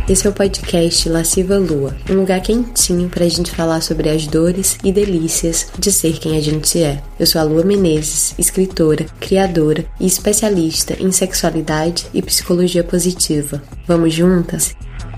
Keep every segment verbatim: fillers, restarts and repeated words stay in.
Esse é o podcast Lasciva Lua, um lugar quentinho pra gente falar sobre as dores e delícias de ser quem a gente é. Eu sou a Lua Menezes, escritora, criadora e especialista em sexualidade e psicologia positiva. Vamos juntas?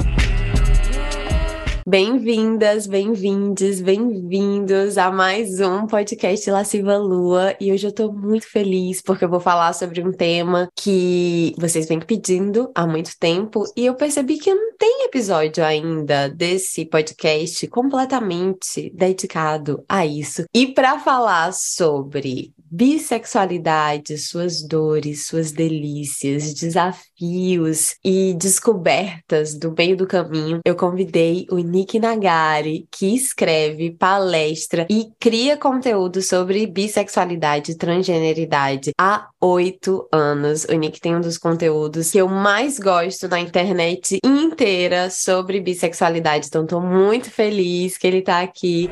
Bem-vindas, bem-vindes, bem-vindos a mais um podcast Lasciva Lua. E hoje eu tô muito feliz porque eu vou falar sobre um tema que vocês vêm pedindo há muito tempo e eu percebi que não tem episódio ainda desse podcast completamente dedicado a isso. E para falar sobre bissexualidade, suas dores, suas delícias, desafios e descobertas do meio do caminho, eu convidei o Nick Nagari, que escreve, palestra e cria conteúdo sobre bissexualidade e transgeneridade há oito anos. O Nick tem um dos conteúdos que eu mais gosto na internet inteira sobre bissexualidade, então tô muito feliz que ele tá aqui.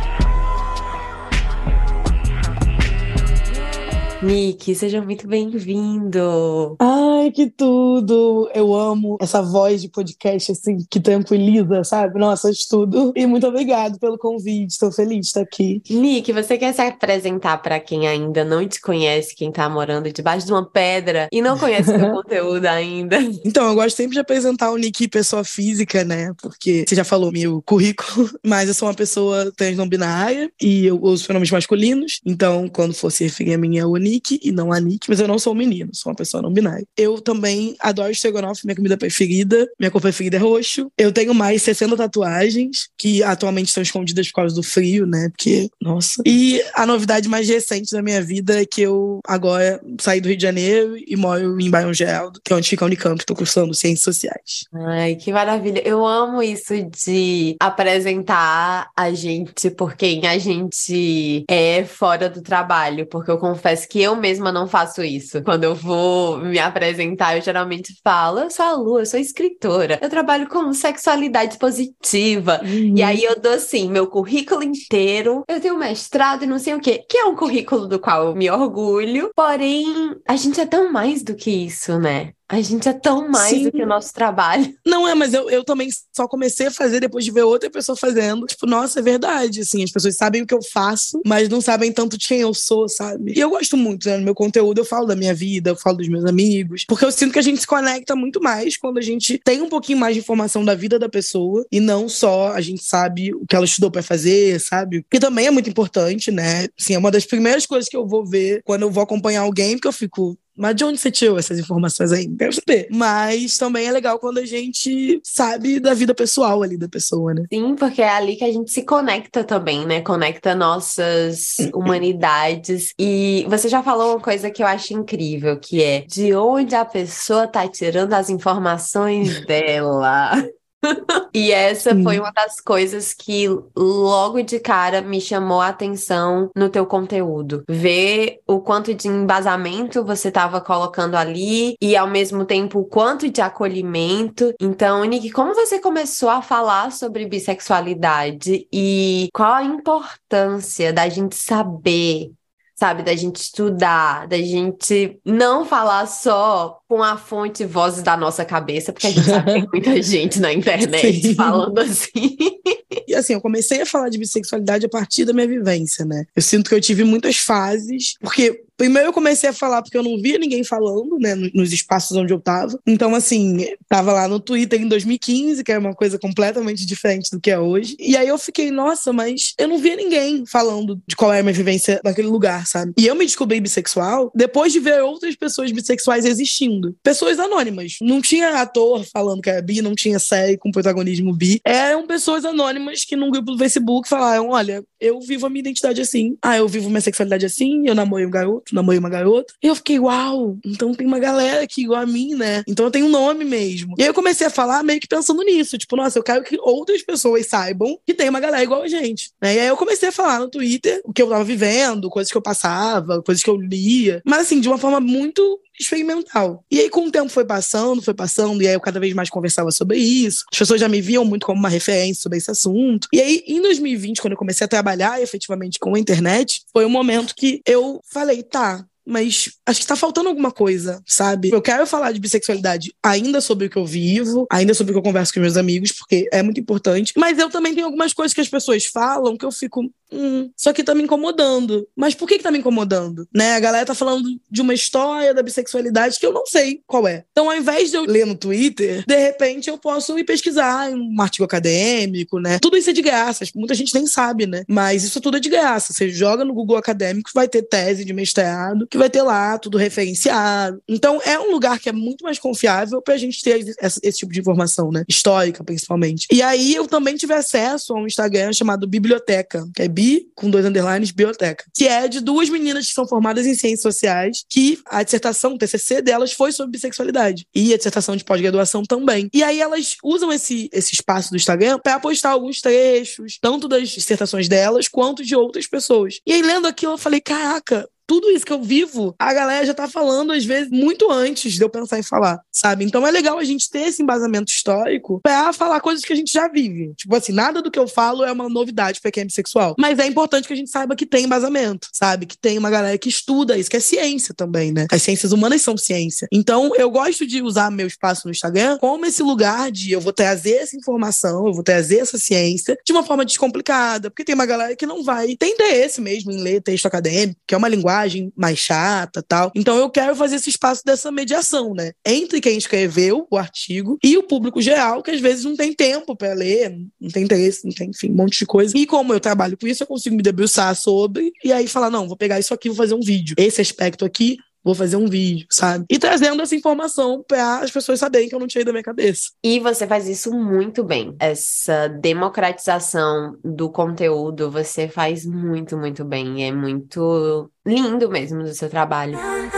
Nick, seja muito bem-vindo! Ai, que tudo! Eu amo essa voz de podcast, assim, que tranquiliza, sabe? Nossa, de tudo. E muito obrigado pelo convite, estou feliz de estar aqui. Nick, você quer se apresentar para quem ainda não te conhece, quem tá morando debaixo de uma pedra e não conhece o seu conteúdo ainda? Então, eu gosto sempre de apresentar o Nick pessoa física, né? Porque você já falou meu currículo, mas eu sou uma pessoa trans não binária e eu uso pronomes masculinos. Então, quando for se referir a mim, é o Nick e não a Nick, mas eu não sou um menino, sou uma pessoa não binária. Eu também adoro estrogonofe, minha comida preferida, minha cor preferida é roxo. Eu tenho mais sessenta tatuagens, que atualmente estão escondidas por causa do frio, né? Porque, nossa. E a novidade mais recente da minha vida é que eu agora saí do Rio de Janeiro e moro em Barão Geraldo, que é onde fica a Unicamp, estou cursando Ciências Sociais. Ai, que maravilha. Eu amo isso de apresentar a gente por quem a gente é fora do trabalho, porque eu confesso que eu mesma não faço isso. Quando eu vou me apresentar, eu geralmente falo, eu sou a Lu, eu sou escritora, eu trabalho com sexualidade positiva. Uhum. E aí eu dou, assim, meu currículo inteiro, eu tenho mestrado e não sei o quê, que é um currículo do qual eu me orgulho, porém, a gente é tão mais do que isso, né? A gente é tão mais Sim. do que o nosso trabalho. Não é, mas eu, eu também só comecei a fazer depois de ver outra pessoa fazendo. Tipo, nossa, é verdade, assim, as pessoas sabem o que eu faço, mas não sabem tanto de quem eu sou, sabe? E eu gosto muito, né, no meu conteúdo eu falo da minha vida, eu falo dos meus amigos, porque eu sinto que a gente se conecta muito mais quando a gente tem um pouquinho mais de informação da vida da pessoa e não só a gente sabe o que ela estudou pra fazer, sabe? Que também é muito importante, né? Assim, é uma das primeiras coisas que eu vou ver quando eu vou acompanhar alguém, porque eu fico... Mas de onde você tirou essas informações aí? Não quero saber. Mas também é legal quando a gente sabe da vida pessoal ali da pessoa, né? Sim, porque é ali que a gente se conecta também, né? Conecta nossas humanidades. E você já falou uma coisa que eu acho incrível, que é de onde a pessoa tá tirando as informações dela. E essa Sim. foi uma das coisas que logo de cara me chamou a atenção no teu conteúdo. Ver o quanto de embasamento você estava colocando ali e ao mesmo tempo o quanto de acolhimento. Então, Nick, como você começou a falar sobre bissexualidade e qual a importância da gente saber, sabe, da gente estudar, da gente não falar só com a fonte vozes da nossa cabeça, porque a gente sabe que tem muita gente na internet Sim. falando assim. E assim, eu comecei a falar de bissexualidade a partir da minha vivência, né? Eu sinto que eu tive muitas fases, porque primeiro eu comecei a falar porque eu não via ninguém falando, né, nos espaços onde eu tava. Então, assim, tava lá no Twitter em dois mil e quinze, que era uma coisa completamente diferente do que é hoje. E aí eu fiquei, nossa, mas eu não via ninguém falando de qual era a minha vivência naquele lugar, sabe? E eu me descobri bissexual depois de ver outras pessoas bissexuais existindo. Pessoas anônimas. Não tinha ator falando que era bi, não tinha série com protagonismo bi. Eram pessoas anônimas que num grupo do Facebook falaram, olha, eu vivo a minha identidade assim. Ah, eu vivo minha sexualidade assim, eu namorei um garoto, namorei uma garota. E eu fiquei, uau, então tem uma galera aqui igual a mim, né? Então eu tenho um nome mesmo. E aí eu comecei a falar meio que pensando nisso. Tipo, nossa, eu quero que outras pessoas saibam que tem uma galera igual a gente, né? E aí eu comecei a falar no Twitter o que eu tava vivendo, coisas que eu passava, coisas que eu lia. Mas assim, de uma forma muito experimental. E aí com o tempo foi passando, foi passando, e aí eu cada vez mais conversava sobre isso. As pessoas já me viam muito como uma referência sobre esse assunto. E aí, em dois mil e vinte, quando eu comecei a trabalhar efetivamente com a internet, foi um momento que eu falei, tá, mas acho que tá faltando alguma coisa, sabe? Eu quero falar de bissexualidade ainda sobre o que eu vivo, ainda sobre o que eu converso com meus amigos, porque é muito importante, mas eu também tenho algumas coisas que as pessoas falam que eu fico, hum, isso aqui tá me incomodando. Mas por que que tá me incomodando? Né? A galera tá falando de uma história da bissexualidade que eu não sei qual é. Então, ao invés de eu ler no Twitter, de repente eu posso ir pesquisar em um artigo acadêmico, né? Tudo isso é de graça, muita gente nem sabe, né? Mas isso tudo é de graça. Você joga no Google Acadêmico, vai ter tese de mestrado, que vai ter lá tudo referenciado. Então, é um lugar que é muito mais confiável pra gente ter esse, esse tipo de informação, né? Histórica, principalmente. E aí, eu também tive acesso a um Instagram chamado Biblioteca, que é bi, com dois underlines, Biblioteca, que é de duas meninas que são formadas em ciências sociais, que a dissertação, o T C C delas foi sobre bissexualidade. E a dissertação de pós-graduação também. E aí, elas usam esse, esse espaço do Instagram pra postar alguns trechos, tanto das dissertações delas, quanto de outras pessoas. E aí, lendo aquilo, eu falei, caraca, tudo isso que eu vivo, a galera já tá falando, às vezes, muito antes de eu pensar em falar, sabe? Então é legal a gente ter esse embasamento histórico pra falar coisas que a gente já vive. Tipo assim, nada do que eu falo é uma novidade pra quem é bissexual. Mas é importante que a gente saiba que tem embasamento, sabe? Que tem uma galera que estuda isso, que é ciência também, né? As ciências humanas são ciência. Então eu gosto de usar meu espaço no Instagram como esse lugar de eu vou trazer essa informação, eu vou trazer essa ciência de uma forma descomplicada, porque tem uma galera que não vai ter interesse mesmo em ler texto acadêmico, que é uma linguagem mais chata e tal. Então eu quero fazer esse espaço dessa mediação, né? Entre quem escreveu o artigo e o público geral, que às vezes não tem tempo para ler, não tem interesse, não tem, enfim, um monte de coisa. E como eu trabalho com isso, eu consigo me debruçar sobre e aí falar, não, vou pegar isso aqui, vou fazer um vídeo. Esse aspecto aqui, vou fazer um vídeo, sabe? E trazendo essa informação para as pessoas saberem que eu não tirei da minha cabeça. E você faz isso muito bem. Essa democratização do conteúdo, você faz muito, muito bem. É muito lindo mesmo do seu trabalho.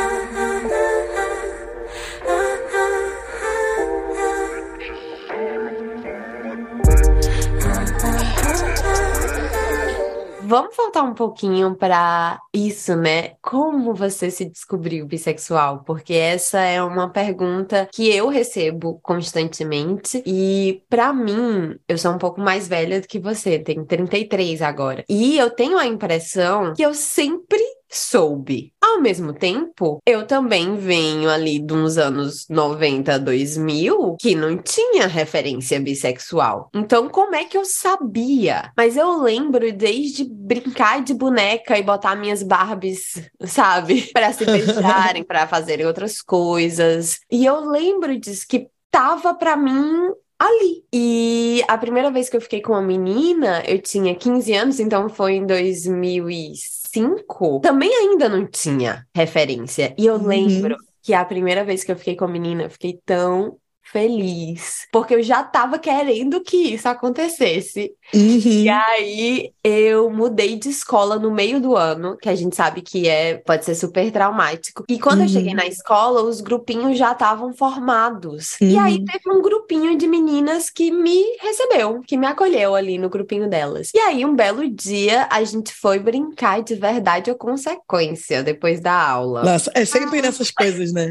Vamos voltar um pouquinho para isso, né? Como você se descobriu bissexual? Porque essa é uma pergunta que eu recebo constantemente e, para mim, eu sou um pouco mais velha do que você, tenho trinta e três agora. E eu tenho a impressão que eu sempre soube. Ao mesmo tempo, eu também venho ali de uns anos noventa, dois mil, que não tinha referência bissexual. Então, como é que eu sabia? Mas eu lembro desde brincar de boneca e botar minhas Barbies, sabe? Para se beijarem, para fazerem outras coisas. E eu lembro disso que tava pra mim ali. E a primeira vez que eu fiquei com uma menina, eu tinha quinze anos, então foi em dois mil e cinco. Também ainda não tinha referência. E eu Uhum. lembro que a primeira vez que eu fiquei com a menina, eu fiquei tão feliz, porque eu já tava querendo que isso acontecesse. Uhum. E aí eu mudei de escola no meio do ano, que a gente sabe que é, pode ser super traumático. E quando eu cheguei Uhum. na escola, os grupinhos já estavam formados. Uhum. E aí teve um grupinho de meninas que me recebeu, que me acolheu ali no grupinho delas. E aí um belo dia a gente foi brincar de verdade ou consequência depois da aula. Nossa, é sempre nessas coisas, né?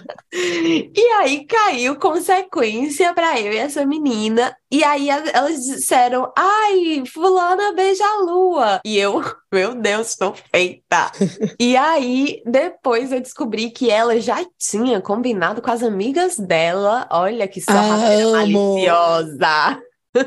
E aí caiu consequência pra eu e essa menina. E aí a- elas disseram, ai, fulana beija a lua. E eu, meu Deus, estou feita. E aí, depois eu descobri que ela já tinha combinado com as amigas dela. Olha que sorrateira Ah, amo. maliciosa.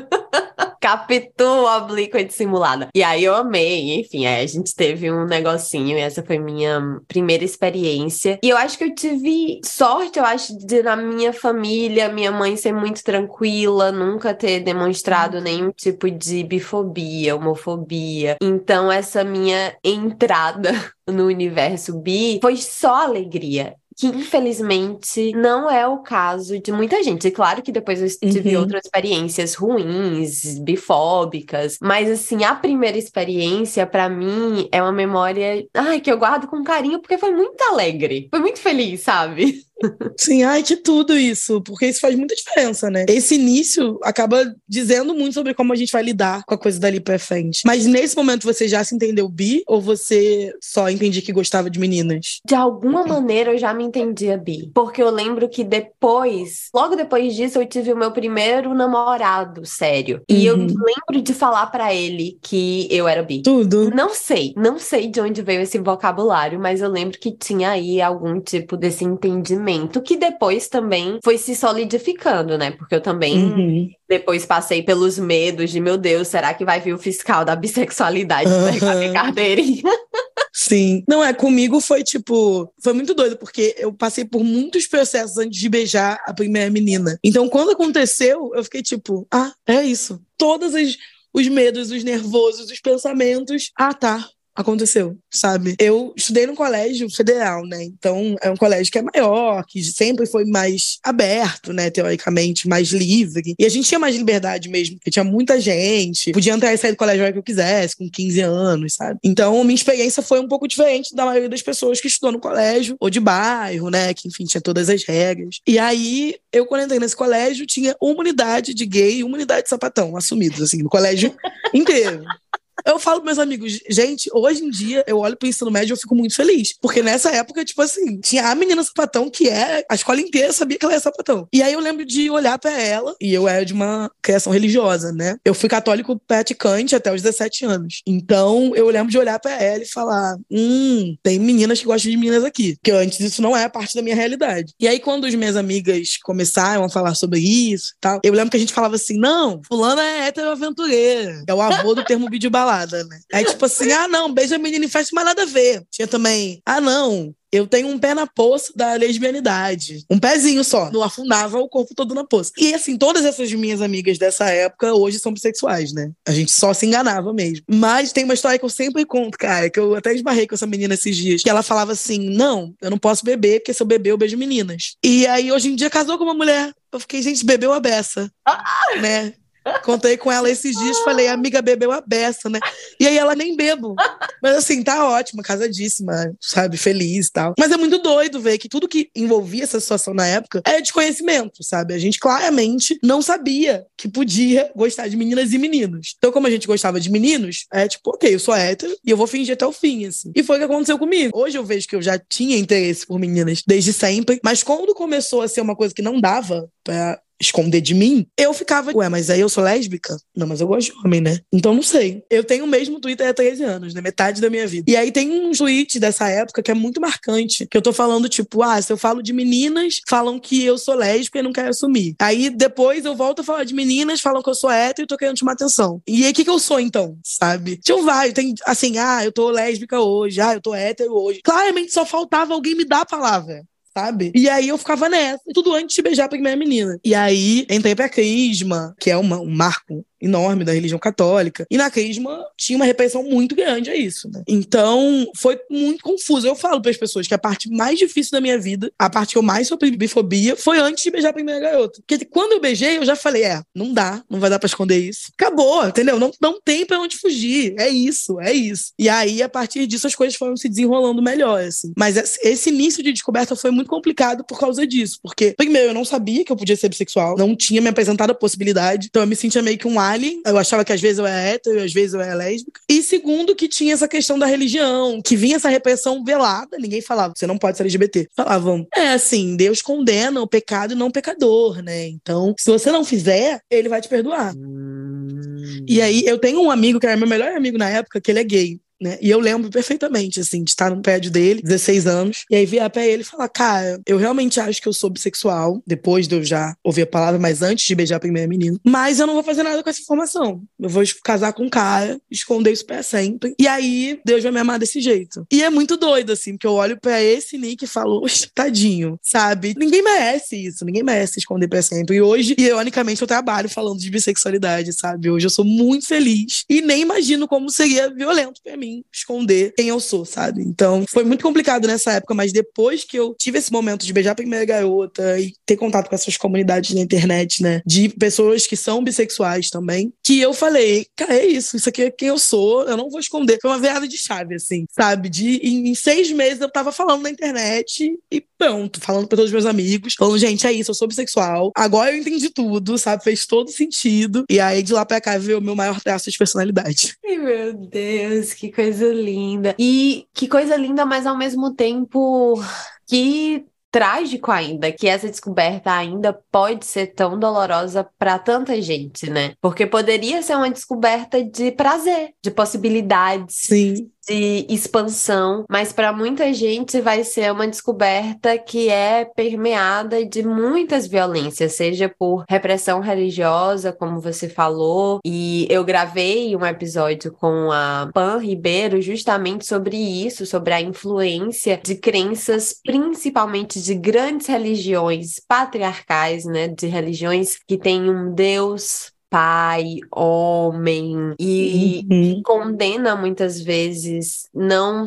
Capitu oblíqua e dissimulada. E aí eu amei, enfim, aí a gente teve um negocinho e essa foi minha primeira experiência. E eu acho que eu tive sorte, eu acho, de na minha família, minha mãe ser muito tranquila, nunca ter demonstrado nenhum tipo de bifobia, homofobia. Então essa minha entrada no universo bi foi só alegria. Que infelizmente não é o caso de muita gente. E claro que depois eu tive Uhum. outras experiências ruins, bifóbicas, mas assim, a primeira experiência pra mim é uma memória, ai, que eu guardo com carinho porque foi muito alegre, foi muito feliz, sabe? Sim, ai, que tudo isso, porque isso faz muita diferença, né? Esse início acaba dizendo muito sobre como a gente vai lidar com a coisa dali pra frente. Mas nesse momento você já se entendeu bi ou você só entendia que gostava de meninas? De alguma maneira eu já me entendia bi. Porque eu lembro que depois, logo depois disso, eu tive o meu primeiro namorado sério. E eu Uhum. lembro de falar pra ele que eu era bi. Tudo. Não sei, não sei de onde veio esse vocabulário, mas eu lembro que tinha aí algum tipo desse entendimento, que depois também foi se solidificando, né? Porque eu também Uhum. depois passei pelos medos de, meu Deus, será que vai vir o fiscal da bissexualidade pegar minha Uhum. carteirinha? Sim. Não, é, comigo foi tipo, foi muito doido, porque eu passei por muitos processos antes de beijar a primeira menina. Então, quando aconteceu, eu fiquei tipo, ah, é isso. Todos os, os medos, os nervosos, os pensamentos, ah, tá. Aconteceu, sabe? Eu estudei num colégio federal, né? Então, é um colégio que é maior, que sempre foi mais aberto, né? Teoricamente, mais livre. E a gente tinha mais liberdade mesmo, porque tinha muita gente. Podia entrar e sair do colégio a hora que eu quisesse, com quinze anos, sabe? Então, minha experiência foi um pouco diferente da maioria das pessoas que estudou no colégio, ou de bairro, né? Que, enfim, tinha todas as regras. E aí, eu, quando entrei nesse colégio, tinha uma unidade de gay e uma unidade de sapatão, assumidos, assim, no colégio inteiro. Eu falo pros meus amigos, gente, hoje em dia eu olho pro ensino médio e eu fico muito feliz. Porque nessa época, tipo assim, tinha a menina sapatão que é, a escola inteira sabia que ela era sapatão. E aí eu lembro de olhar pra ela, e eu era de uma criação religiosa, né? Eu fui católico praticante até os dezessete anos. Então eu lembro de olhar pra ela e falar, hum, tem meninas que gostam de meninas aqui. Porque antes isso não é parte da minha realidade. E aí quando as minhas amigas começaram a falar sobre isso e tal, eu lembro que a gente falava assim, não, fulana é hétero-aventureira. É o avô do termo vídeo balada. Né? Aí, tipo assim, ah, não, beija a menina em festa, mas nada a ver. Tinha também, ah, não, eu tenho um pé na poça da lesbianidade. Um pezinho só. Não afundava o corpo todo na poça. E, assim, todas essas minhas amigas dessa época hoje são bissexuais, né? A gente só se enganava mesmo. Mas tem uma história que eu sempre conto, cara, que eu até esbarrei com essa menina esses dias, que ela falava assim, não, eu não posso beber, porque se eu beber, eu beijo meninas. E aí, hoje em dia, casou com uma mulher. Eu fiquei, gente, bebeu a beça. Né? Contei com ela esses dias, falei, amiga, bebeu a beça, né? E aí ela nem bebo. Mas assim, tá ótima, casadíssima, sabe? Feliz e tal. Mas é muito doido ver que tudo que envolvia essa situação na época é desconhecimento, sabe? A gente claramente não sabia que podia gostar de meninas e meninos. Então, como a gente gostava de meninos, é tipo, ok, eu sou hétero e eu vou fingir até o fim, assim. E foi o que aconteceu comigo. Hoje eu vejo que eu já tinha interesse por meninas desde sempre, mas quando começou a ser uma coisa que não dava pra esconder de mim, eu ficava, ué, mas aí eu sou lésbica? Não, mas eu gosto de homem, né? Então não sei. Eu tenho o mesmo Twitter há treze anos, né? Metade da minha vida. E aí tem um tweet dessa época que é muito marcante, que eu tô falando, tipo, ah, se eu falo de meninas, falam que eu sou lésbica e não quero assumir. Aí depois eu volto a falar de meninas, falam que eu sou hétero e tô querendo chamar atenção. E aí o que que eu sou, então? Sabe? Tipo, vai, tem assim, ah, eu tô lésbica hoje, ah, eu tô hétero hoje. Claramente só faltava alguém me dar a palavra. Sabe? E aí eu ficava nessa, tudo antes de beijar a primeira menina. E aí entrei pra Crisma, que é uma, um marco enorme da religião católica. E na Crisma tinha uma repressão muito grande a isso, né? Então foi muito confuso. Eu falo para as pessoas que a parte mais difícil da minha vida, a parte que eu mais sofri bifobia, foi antes de beijar a primeira garota. Porque quando eu beijei, eu já falei, é, não dá, não vai dar pra esconder isso. Acabou, entendeu? Não, não tem pra onde fugir. É isso, é isso. E aí, a partir disso, as coisas foram se desenrolando melhor, assim. Mas esse início de descoberta foi muito complicado por causa disso. Porque, primeiro, eu não sabia que eu podia ser bissexual, não tinha me apresentado a possibilidade, então eu me sentia meio que um alien. Eu achava que às vezes eu era hétero, às vezes eu era lésbica. E segundo, que tinha essa questão da religião, que vinha essa repressão velada, ninguém falava, você não pode ser L G B T. Falavam, é assim, Deus condena o pecado e não o pecador, né? Então, se você não fizer, ele vai te perdoar. Hum. E aí, eu tenho um amigo, que era meu melhor amigo na época, que ele é gay. Né? E eu lembro perfeitamente, assim, de estar no prédio dele, dezesseis anos, e aí virar pra ele e falar, cara, eu realmente acho que eu sou bissexual, depois de eu já ouvir a palavra, mas antes de beijar a primeira menina, mas eu não vou fazer nada com essa informação. Eu vou casar com um cara, esconder isso pra sempre, e aí Deus vai me amar desse jeito. E é muito doido, assim, porque eu olho pra esse Nick e falo, tadinho, sabe? Ninguém merece isso, ninguém merece esconder pra sempre. E hoje, ironicamente, eu trabalho falando de bissexualidade, sabe? Hoje eu sou muito feliz e nem imagino como seria violento pra mim mim esconder quem eu sou, sabe? Então, foi muito complicado nessa época, mas depois que eu tive esse momento de beijar a primeira garota e ter contato com essas comunidades na internet, né, de pessoas que são bissexuais também, que eu falei, cara, é isso, isso aqui é quem eu sou, eu não vou esconder. Foi uma virada de chave, assim, sabe? De, em, em seis meses eu tava falando na internet e pronto, falando pra todos os meus amigos, falando, gente, é isso, eu sou bissexual, agora eu entendi tudo, sabe? Fez todo sentido. E aí, de lá pra cá, veio o meu maior traço de personalidade. Ai, meu Deus, que coisa linda. E que coisa linda, mas ao mesmo tempo que trágico ainda, que essa descoberta ainda pode ser tão dolorosa para tanta gente, né? Porque poderia ser uma descoberta de prazer, de possibilidades, Sim. de expansão, mas para muita gente vai ser uma descoberta que é permeada de muitas violências, seja por repressão religiosa, como você falou, e eu gravei um episódio com a Pan Ribeiro justamente sobre isso, sobre a influência de crenças, principalmente de grandes religiões patriarcais, né, de religiões que têm um Deus pai, homem, e Uhum. que condena muitas vezes não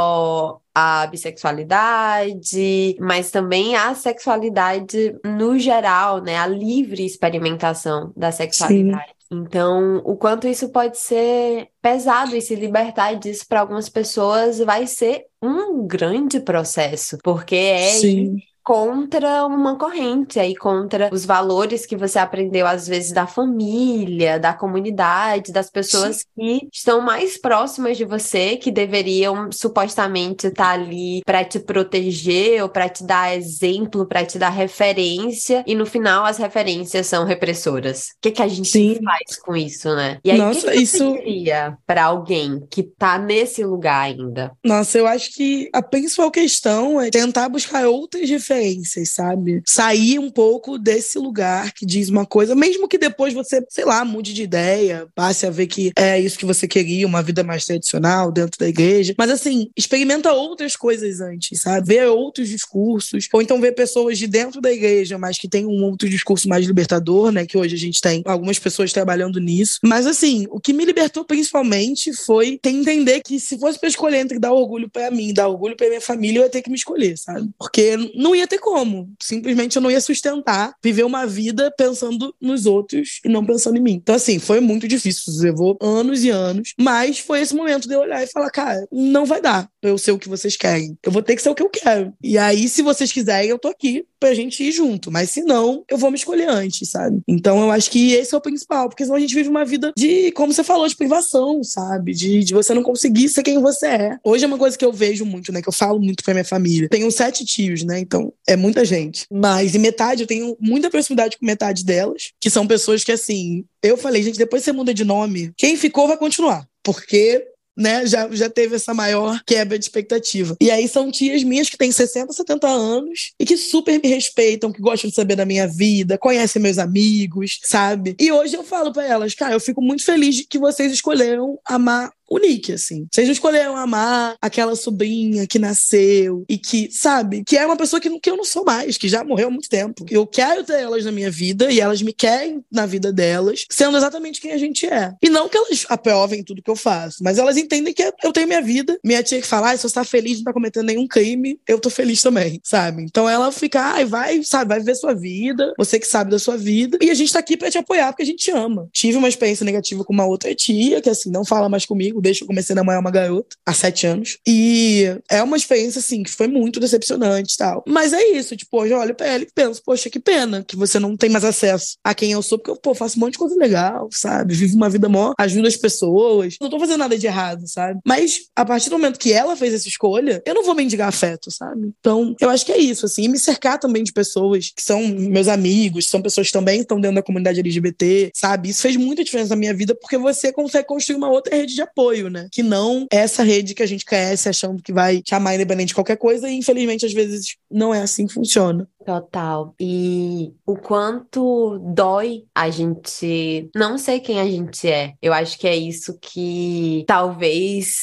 só a bissexualidade, mas também a sexualidade no geral, né? A livre experimentação da sexualidade. Sim. Então, o quanto isso pode ser pesado e se libertar disso para algumas pessoas vai ser um grande processo, porque é Sim. contra uma corrente, aí contra os valores que você aprendeu, às vezes, da família, da comunidade, das pessoas que estão mais próximas de você, que deveriam supostamente estar ali para te proteger ou para te dar exemplo, para te dar referência, e no final as referências são repressoras. O que que a gente Sim. faz com isso, né? E aí, o que Nossa, que você isso. diria para alguém que tá nesse lugar ainda? Nossa, eu acho que a principal questão é tentar buscar outras referências, sabe? Sair um pouco desse lugar que diz uma coisa, mesmo que depois você, sei lá, mude de ideia, passe a ver que é isso que você queria, uma vida mais tradicional dentro da igreja. Mas assim, experimenta outras coisas antes, sabe? Ver outros discursos, ou então ver pessoas de dentro da igreja, mas que tem um outro discurso mais libertador, né? Que hoje a gente tem algumas pessoas trabalhando nisso. Mas assim, o que me libertou principalmente foi ter entender que se fosse pra escolher entre dar orgulho pra mim, dar orgulho pra minha família, eu ia ter que me escolher, sabe? Porque não ia ter como. Simplesmente eu não ia sustentar viver uma vida pensando nos outros e não pensando em mim. Então, assim, foi muito difícil. Levou anos e anos. Mas foi esse momento de eu olhar e falar, cara, não vai dar pra eu ser o que vocês querem. Eu vou ter que ser o que eu quero. E aí, se vocês quiserem, eu tô aqui pra gente ir junto. Mas se não, eu vou me escolher antes, sabe? Então, eu acho que esse é o principal. Porque senão a gente vive uma vida de, como você falou, de privação, sabe? De, de você não conseguir ser quem você é. Hoje é uma coisa que eu vejo muito, né? Que eu falo muito pra minha família. Tenho sete tios, né? Então, é muita gente. Mas, em metade, eu tenho muita proximidade com metade delas. Que são pessoas que, assim... Eu falei, gente, depois você muda de nome. Quem ficou vai continuar. Porque... né, já, já teve essa maior quebra de expectativa. E aí são tias minhas que têm sessenta, setenta anos e que super me respeitam, que gostam de saber da minha vida, conhecem meus amigos, sabe? E hoje eu falo pra elas, cara, eu fico muito feliz de que vocês escolheram amar o Nick, assim. Vocês não escolheram amar aquela sobrinha que nasceu e que, sabe, que é uma pessoa que, que eu não sou mais, que já morreu há muito tempo. Eu quero ter elas na minha vida e elas me querem na vida delas, sendo exatamente quem a gente é. E não que elas aprovem tudo que eu faço, mas elas entendem que eu tenho minha vida. Minha tia que fala, ah, se você tá feliz, não tá cometendo nenhum crime, eu tô feliz também, sabe? Então ela fica, ai, vai, sabe, vai viver sua vida, você que sabe da sua vida, e a gente tá aqui pra te apoiar porque a gente te ama. Tive uma experiência negativa com uma outra tia, que assim, não fala mais comigo, desde que eu comecei a namorar uma garota, há sete anos. E é uma experiência, assim, que foi muito decepcionante e tal. Mas é isso, tipo, hoje eu olho pra ela e penso, poxa, que pena que você não tem mais acesso a quem eu sou, porque eu, pô, faço um monte de coisa legal, sabe? Vivo uma vida mó, ajudo as pessoas. Não tô fazendo nada de errado, sabe? Mas, a partir do momento que ela fez essa escolha, eu não vou mendigar afeto, sabe? Então, eu acho que é isso, assim. E me cercar também de pessoas que são meus amigos, são pessoas que também estão dentro da comunidade L G B T, sabe? Isso fez muita diferença na minha vida, porque você consegue construir uma outra rede de apoio, né? Que não essa rede que a gente cresce achando que vai te amar independente de qualquer coisa, e infelizmente às vezes não é assim que funciona. Total. E o quanto dói a gente não sei quem a gente é. Eu acho que é isso que talvez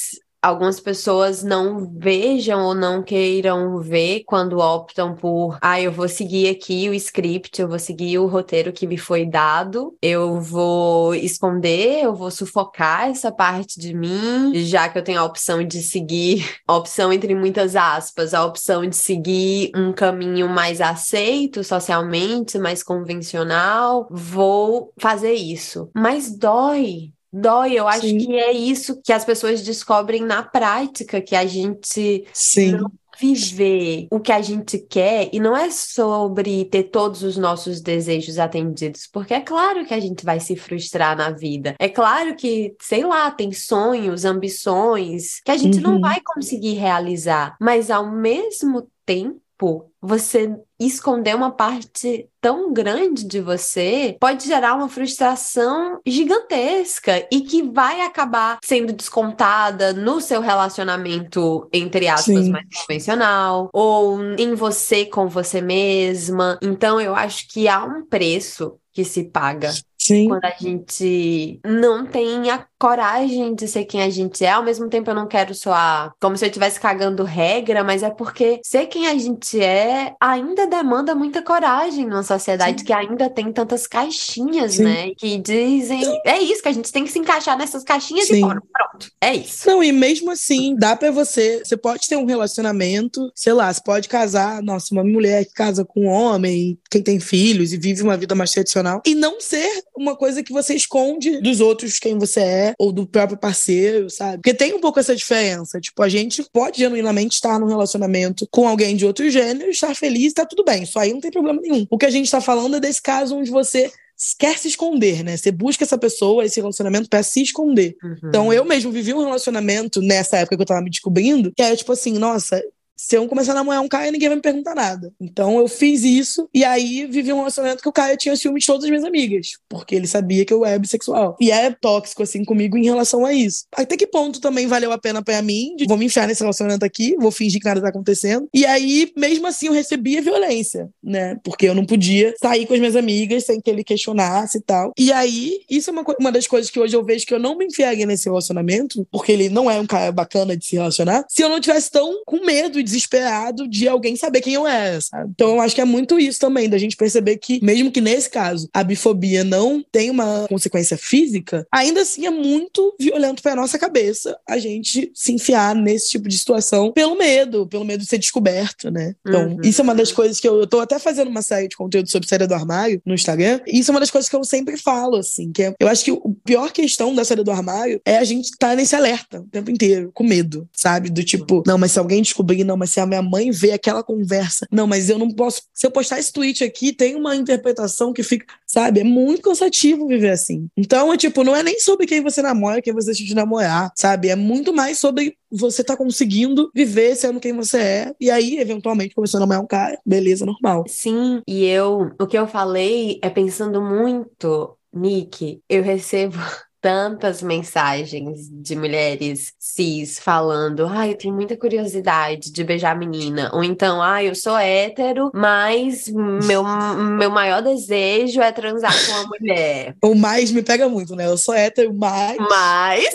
algumas pessoas não vejam ou não queiram ver quando optam por, ah, eu vou seguir aqui o script, eu vou seguir o roteiro que me foi dado, eu vou esconder, eu vou sufocar essa parte de mim, já que eu tenho a opção de seguir, a opção entre muitas aspas, a opção de seguir um caminho mais aceito socialmente, mais convencional, vou fazer isso. Mas dói. Dói, eu acho Sim. que é isso que as pessoas descobrem na prática, que a gente Sim. não viver o que a gente quer, e não é sobre ter todos os nossos desejos atendidos, porque é claro que a gente vai se frustrar na vida. É claro que, sei lá, tem sonhos, ambições que a gente não Uhum. vai conseguir realizar, mas ao mesmo tempo, você esconder uma parte tão grande de você pode gerar uma frustração gigantesca e que vai acabar sendo descontada no seu relacionamento, entre aspas, Sim. mais convencional, ou em você com você mesma. Então, eu acho que há um preço que se paga Sim. quando a gente não tem a coragem de ser quem a gente é. Ao mesmo tempo, eu não quero soar como se eu estivesse cagando regra, mas é porque ser quem a gente é ainda demanda muita coragem numa sociedade Sim. que ainda tem tantas caixinhas, Sim. né? Que dizem, é isso, que a gente tem que se encaixar nessas caixinhas e Sim. pronto, pronto, é isso. Não, e mesmo assim, dá pra você. Você pode ter um relacionamento, sei lá, você pode casar, nossa, uma mulher que casa com um homem, quem tem filhos e vive uma vida mais tradicional, e não ser uma coisa que você esconde dos outros quem você é, ou do próprio parceiro, sabe? Porque tem um pouco essa diferença. Tipo, a gente pode genuinamente estar num relacionamento com alguém de outro gênero, estar feliz, tá tudo bem. Isso aí não tem problema nenhum. O que a gente tá falando é desse caso onde você quer se esconder, né? Você busca essa pessoa, esse relacionamento pra se esconder. Uhum. Então, eu mesmo vivi um relacionamento nessa época que eu tava me descobrindo, que era tipo assim, nossa, se eu começar a namorar um cara, ninguém vai me perguntar nada. Então, eu fiz isso, e aí vivi um relacionamento que o cara tinha ciúme de todas as minhas amigas, porque ele sabia que eu era bissexual. E era tóxico, assim, comigo em relação a isso. Até que ponto também valeu a pena pra mim, de vou me enfiar nesse relacionamento aqui, vou fingir que nada tá acontecendo. E aí, mesmo assim, eu recebia violência, né? Porque eu não podia sair com as minhas amigas sem que ele questionasse e tal. E aí, isso é uma, uma das coisas que hoje eu vejo que eu não me enfiaria nesse relacionamento, porque ele não é um cara bacana de se relacionar, se eu não tivesse tão com medo, desesperado de alguém saber quem eu era, sabe? Então eu acho que é muito isso também, da gente perceber que, mesmo que nesse caso a bifobia não tem uma consequência física, ainda assim é muito violento pra nossa cabeça a gente se enfiar nesse tipo de situação pelo medo, pelo medo de ser descoberto, né? Então, Uhum. isso é uma das coisas que eu, eu tô até fazendo uma série de conteúdo sobre Saída do Armário no Instagram, e isso é uma das coisas que eu sempre falo, assim, que é, eu acho que o pior questão da Saída do Armário é a gente estar tá nesse alerta o tempo inteiro, com medo, sabe? Do tipo, não, mas se alguém descobrir, não, mas se a minha mãe vê aquela conversa, não, mas eu não posso, se eu postar esse tweet aqui, tem uma interpretação que fica, sabe, é muito cansativo viver assim. Então, é tipo, não é nem sobre quem você namora, quem você deixa de namorar, sabe, é muito mais sobre você tá conseguindo viver sendo quem você é, e aí, eventualmente, começou a namorar um cara, beleza, normal. Sim, e eu, o que eu falei é pensando muito, Nick, eu recebo tantas mensagens de mulheres cis falando, ai, eu tenho muita curiosidade de beijar a menina, ou então, ai, eu sou hétero, mas meu, meu maior desejo é transar com uma mulher. O mais me pega muito, né? Eu sou hétero, mas... Mas...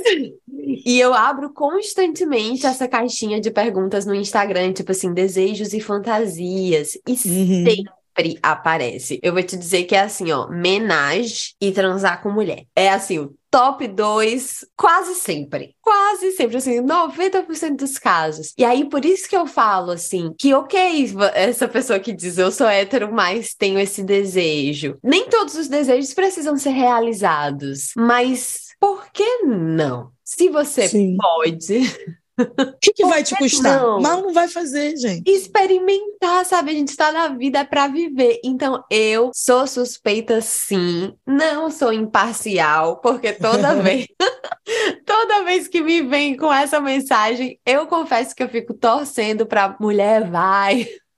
E eu abro constantemente essa caixinha de perguntas no Instagram, tipo assim, desejos e fantasias. E Uhum. sempre aparece. Eu vou te dizer que é assim, ó, menage e transar com mulher. É assim, o top dois quase sempre. Quase sempre, assim, noventa por cento dos casos. E aí, por isso que eu falo, assim, que ok, essa pessoa que diz eu sou hétero, mas tenho esse desejo. Nem todos os desejos precisam ser realizados, mas por que não? Se você Sim. pode... O que, que vai te custar? Não. Mal não vai fazer, gente. Experimentar, sabe? A gente tá na vida é pra viver. Então, eu sou suspeita, sim. Não sou imparcial, porque toda vez... toda vez que me vem com essa mensagem, eu confesso que eu fico torcendo pra mulher, vai...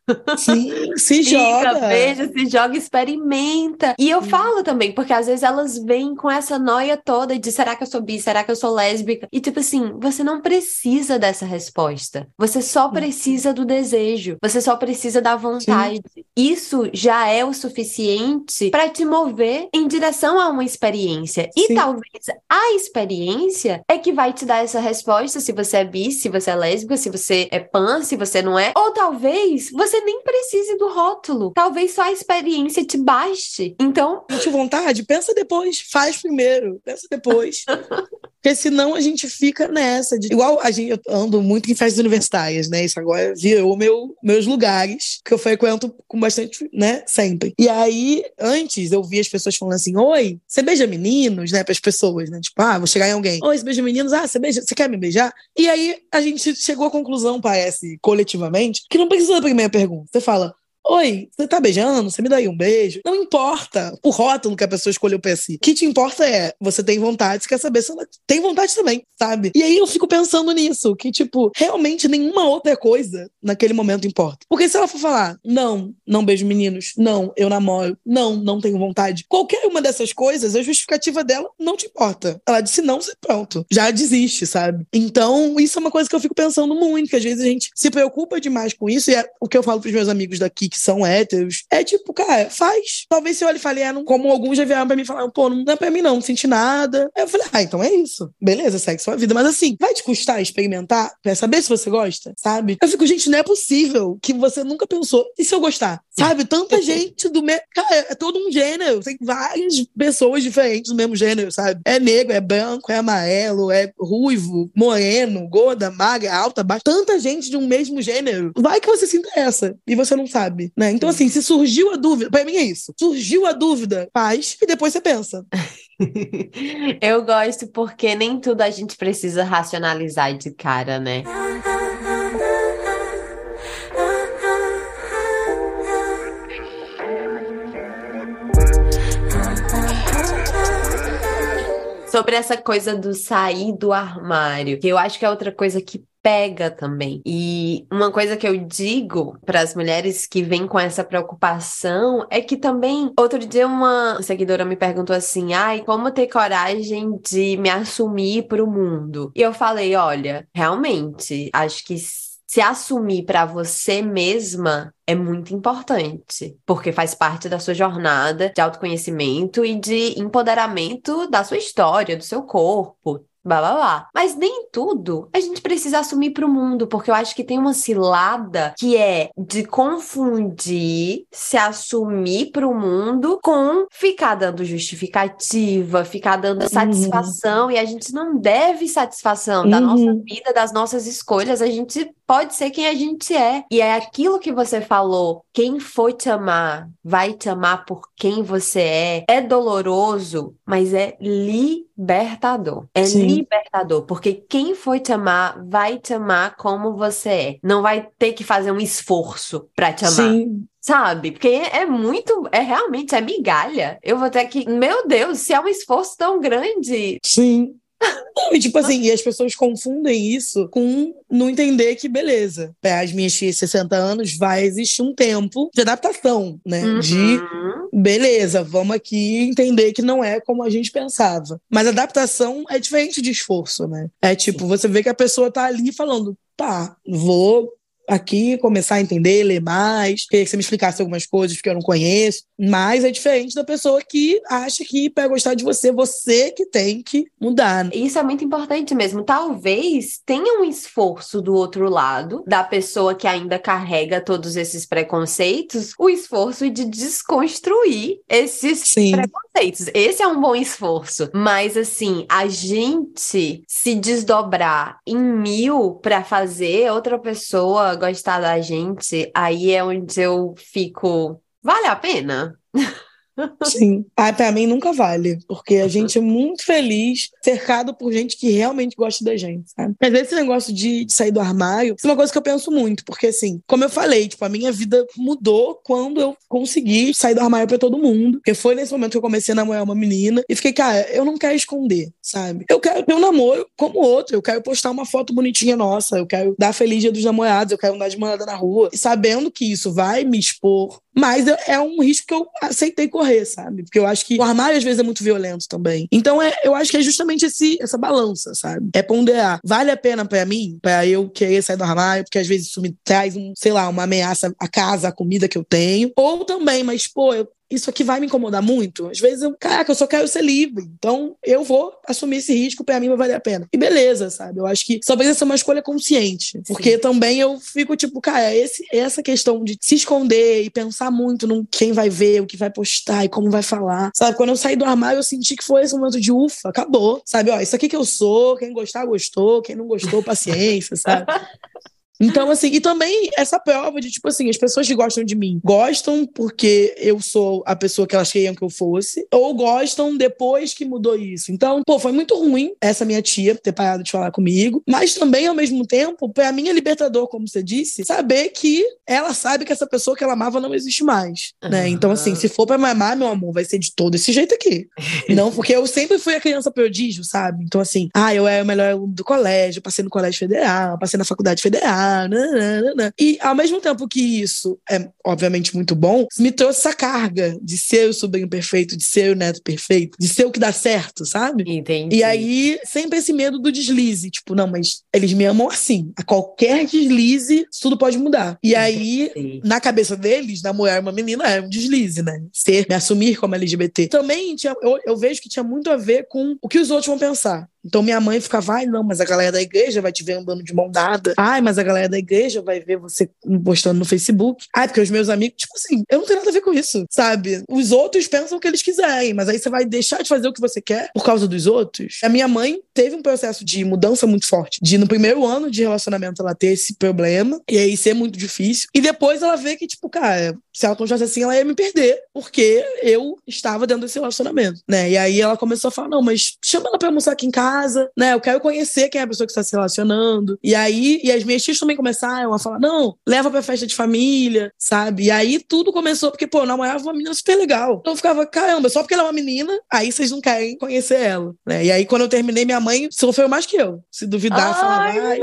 Sim, se Fica, joga. veja, se joga, experimenta. E eu falo também, porque às vezes elas vêm com essa noia toda de será que eu sou bi, será que eu sou lésbica? E tipo assim, você não precisa dessa resposta. Você só precisa do desejo. Você só precisa da Sim, vontade. Isso já é o suficiente para te mover em direção a uma experiência. E sim. talvez a experiência é que vai te dar essa resposta se você é bi, se você é lésbica, se você é pan, se você não é. Ou talvez você nem precise do rótulo. Talvez só a experiência te baste. Então, Sentiu vontade? Pensa depois. Faz primeiro. Pensa depois. Porque senão a gente fica nessa. De... Igual a gente, eu ando muito em festas universitárias, né? Isso agora virou meu, meus lugares, que eu frequento com bastante, né? Sempre. E aí, antes, eu via as pessoas falando assim: oi, você beija meninos, né? Para as pessoas, né? Tipo, ah, vou chegar em alguém. Oi, você beija meninos? Ah, você beija? Você quer me beijar? E aí, a gente chegou à conclusão, parece, coletivamente, que não precisa da primeira pergunta. Você fala. Oi, você tá beijando? Você me dá aí um beijo? Não importa o rótulo que a pessoa escolheu pra si. O que te importa é, você tem vontade, você quer saber se ela tem vontade também, sabe? E aí eu fico pensando nisso, que tipo, realmente nenhuma outra coisa naquele momento importa. Porque se ela for falar, não, não beijo meninos, não, eu namoro, não, não tenho vontade, qualquer uma dessas coisas, a justificativa dela não te importa. Ela disse não, você pronto, já desiste, sabe? Então, isso é uma coisa que eu fico pensando muito, que às vezes a gente se preocupa demais com isso, e é o que eu falo pros meus amigos daqui, que são héteros, é tipo, cara, faz. Talvez se eu olhe e fale, é, não, como alguns já vieram pra mim e falaram, pô, não é pra mim não, não senti nada. Aí eu falei, ah, então é isso. Beleza, segue sua vida. Mas assim, vai te custar experimentar pra saber se você gosta, sabe? Eu fico, gente, não é possível que você nunca pensou, e se eu gostar? Sabe? Tanta gente do mesmo. Cara, é todo um gênero. Tem várias pessoas diferentes do mesmo gênero, sabe? É negro, é branco, é amarelo, é ruivo, moreno, gorda, magra, alta, baixa. Tanta gente de um mesmo gênero. Vai que você se interessa e você não sabe, né? Então, assim, se surgiu a dúvida, pra mim é isso. Surgiu a dúvida, faz e depois você pensa. eu gosto porque nem tudo a gente precisa racionalizar de cara, né? Sobre essa coisa do sair do armário, que eu acho que é outra coisa que pega também. E uma coisa que eu digo para as mulheres que vêm com essa preocupação é que também, outro dia uma seguidora me perguntou assim: ai, como ter coragem de me assumir para o mundo? E eu falei: olha, realmente, acho que se assumir para você mesma é muito importante, porque faz parte da sua jornada de autoconhecimento e de empoderamento da sua história, do seu corpo. Blá, blá, blá. Mas nem tudo a gente precisa assumir para o mundo, porque eu acho que tem uma cilada que é de confundir se assumir para o mundo com ficar dando justificativa, ficar dando Uhum, satisfação, e a gente não deve satisfação da nossa uhum, vida, das nossas escolhas, a gente pode ser quem a gente é. E é aquilo que você falou, quem for te amar, vai te amar por quem você é. É doloroso, mas é libertador. É sim, libertador, porque quem for te amar, vai te amar como você é. Não vai ter que fazer um esforço pra te amar. sim, Sabe? Porque é muito, é realmente, é migalha. Eu vou ter que, meu Deus, se é um esforço tão grande. sim. Não, e tipo assim, e as pessoas confundem isso com não entender que, beleza, para as minhas filhas de sessenta anos vai existir um tempo de adaptação, né? De, Uhum. beleza, vamos aqui entender que não é como a gente pensava. Mas adaptação é diferente de esforço, né? É tipo, Sim. você vê que a pessoa tá ali falando, tá, vou aqui começar a entender, ler mais, queria que você me explicasse algumas coisas que eu não conheço, mas é diferente da pessoa que acha que para gostar de você, você que tem que mudar. Isso é muito importante mesmo. Talvez tenha um esforço do outro lado, da pessoa que ainda carrega todos esses preconceitos, o esforço de desconstruir esses Sim, preconceitos. Esse é um bom esforço. Mas, assim, a gente se desdobrar em mil para fazer outra pessoa gostar da gente, aí é onde eu fico. Vale a pena? Sim. Ah, pra mim nunca vale, porque a gente é muito feliz cercado por gente que realmente gosta da gente, sabe? Às vezes esse negócio de, de sair do armário, isso é uma coisa que eu penso muito, porque assim, como eu falei, tipo, a minha vida mudou quando eu consegui sair do armário pra todo mundo, porque foi nesse momento que eu comecei a namorar uma menina e fiquei, cara, eu não quero esconder, sabe? Eu quero ter um namoro como outro, eu quero postar uma foto bonitinha nossa, eu quero dar feliz dia dos namorados, eu quero andar de manhã na rua, e sabendo que isso vai me expor, mas é um risco que eu aceitei correr, sabe? Porque eu acho que o armário às vezes é muito violento também. Então é, eu acho que é justamente esse, essa balança, sabe? É ponderar. Vale a pena pra mim, pra eu querer sair do armário, porque às vezes isso me traz, um, sei lá, uma ameaça à casa, à comida que eu tenho. Ou também, mas, pô, eu isso aqui vai me incomodar muito. Às vezes eu, caraca, eu só quero ser livre. Então eu vou assumir esse risco, pra mim vai valer a pena. E beleza, sabe? Eu acho que talvez essa é uma escolha consciente. Porque Sim. também eu fico tipo, cara, esse, essa questão de se esconder e pensar muito no quem vai ver, o que vai postar e como vai falar. Sabe? Quando eu saí do armário, eu senti que foi esse momento de ufa, acabou. Sabe? Ó, isso aqui que eu sou, quem gostar, gostou. Quem não gostou, paciência, sabe? Então, assim, e também essa prova de, tipo assim, as pessoas que gostam de mim gostam porque eu sou a pessoa que elas queriam que eu fosse, ou gostam depois que mudou isso. Então, pô, foi muito ruim essa minha tia ter parado de falar comigo, mas também, ao mesmo tempo, pra mim é libertador, como você disse, saber que ela sabe que essa pessoa que ela amava não existe mais, né? Uhum. Então, assim, se for pra me amar, meu amor, vai ser de todo esse jeito aqui. Não, porque eu sempre fui a criança prodígio, sabe? Então, assim, ah, eu era o melhor aluno do colégio, passei no colégio federal, passei na faculdade federal, e ao mesmo tempo que isso é obviamente muito bom, me trouxe essa carga de ser o sobrinho perfeito, de ser o neto perfeito, de ser o que dá certo, sabe? Entendi. E aí sempre esse medo do deslize, tipo, não, mas eles me amam assim, a qualquer deslize tudo pode mudar. E aí Entendi. Na cabeça deles, namorar uma menina é um deslize, né? Ser, me assumir como L G B T. Também tinha, eu, eu vejo que tinha muito a ver com o que os outros vão pensar. Então minha mãe ficava, ai não, mas a galera da igreja vai te ver andando de mão dada. Ai, mas a galera da igreja vai ver você postando no Facebook. Ai, porque os meus amigos, tipo assim, eu não tenho nada a ver com isso, sabe? Os outros pensam o que eles quiserem, mas aí você vai deixar de fazer o que você quer por causa dos outros. A minha mãe teve um processo de mudança muito forte, de no primeiro ano de relacionamento ela ter esse problema, e aí ser muito difícil. E depois ela vê que, tipo, cara, se ela continuasse assim, ela ia me perder, porque eu estava dentro desse relacionamento, né? E aí ela começou a falar, não, mas chama ela pra almoçar aqui em casa, casa, né? Eu quero conhecer quem é a pessoa que está se relacionando. E aí, e as minhas tias também começaram a falar, não, leva pra festa de família, sabe? E aí tudo começou porque, pô, eu namorava uma menina super legal. Então eu ficava, caramba, só porque ela é uma menina, aí vocês não querem conhecer ela, né? E aí quando eu terminei, minha mãe sofreu mais que eu. Se duvidar, ai, falava, ai...